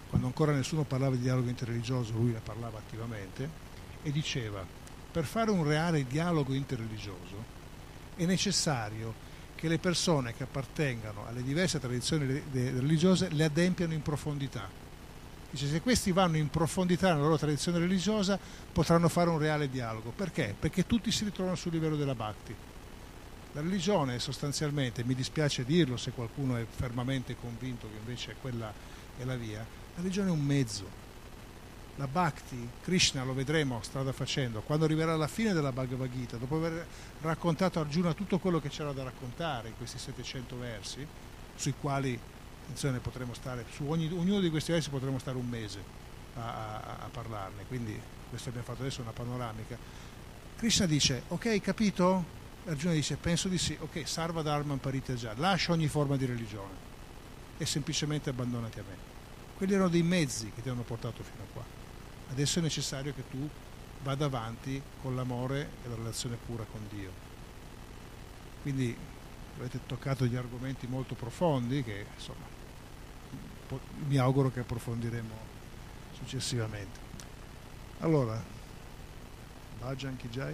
quando ancora nessuno parlava di dialogo interreligioso, lui ne parlava attivamente e diceva: per fare un reale dialogo interreligioso è necessario che le persone che appartengano alle diverse tradizioni religiose le adempiano in profondità. Dice, se questi vanno in profondità nella loro tradizione religiosa potranno fare un reale dialogo. Perché? Perché tutti si ritrovano sul livello della bhakti. La religione sostanzialmente, mi dispiace dirlo se qualcuno è fermamente convinto che invece quella è la via, la religione è un mezzo. La bhakti, Krishna, lo vedremo strada facendo, quando arriverà alla fine della Bhagavad Gita, dopo aver raccontato a Arjuna tutto quello che c'era da raccontare in questi 700 versi, sui quali, attenzione, potremo stare, su ognuno di questi versi potremo stare un mese a parlarne, quindi questo abbiamo fatto adesso una panoramica. Krishna dice, ok, capito? Arjuna dice, penso di sì, ok, sarva dharma paritaja, lascia ogni forma di religione e semplicemente abbandonati a me. Quelli erano dei mezzi che ti hanno portato fino a qua. Adesso è necessario che tu vada avanti con l'amore e la relazione pura con Dio. Quindi avete toccato gli argomenti molto profondi che insomma mi auguro che approfondiremo successivamente. Allora, Bhajan Kijai,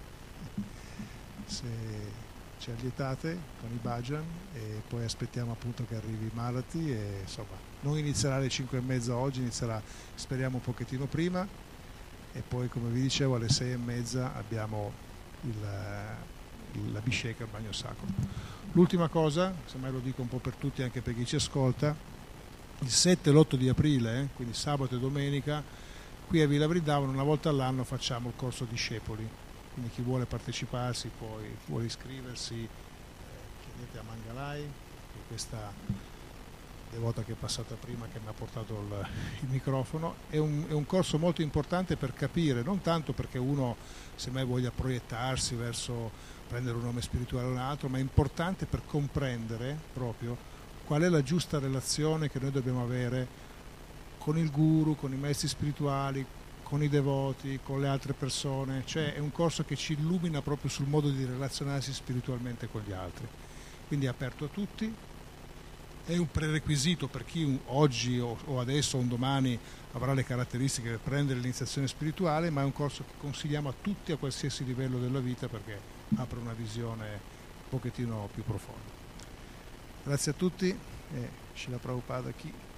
se ci allietate con i Bhajan e poi aspettiamo appunto che arrivi Malati e insomma non inizierà alle 5:30 oggi, inizierà speriamo un pochettino prima e poi come vi dicevo alle 6:30 abbiamo l'Abhisheka, il bagno sacro. L'ultima cosa, semmai lo dico un po' per tutti anche per chi ci ascolta, il 7 e l'8 di aprile, quindi sabato e domenica, qui a Villa Brindavan una volta all'anno facciamo il corso discepoli, quindi chi vuole parteciparsi poi vuole iscriversi, chiedete a Mangalai, che questa devota che è passata prima che mi ha portato il microfono. È un corso molto importante per capire, non tanto perché uno semmai voglia proiettarsi verso prendere un nome spirituale o un altro, ma è importante per comprendere proprio qual è la giusta relazione che noi dobbiamo avere con il guru, con i maestri spirituali, con i devoti, con le altre persone. Cioè è un corso che ci illumina proprio sul modo di relazionarsi spiritualmente con gli altri, quindi è aperto a tutti. È un prerequisito per chi oggi o adesso o un domani avrà le caratteristiche per prendere l'iniziazione spirituale, ma è un corso che consigliamo a tutti a qualsiasi livello della vita perché apre una visione un pochettino più profonda. Grazie a tutti e Srila Prabhupada chi.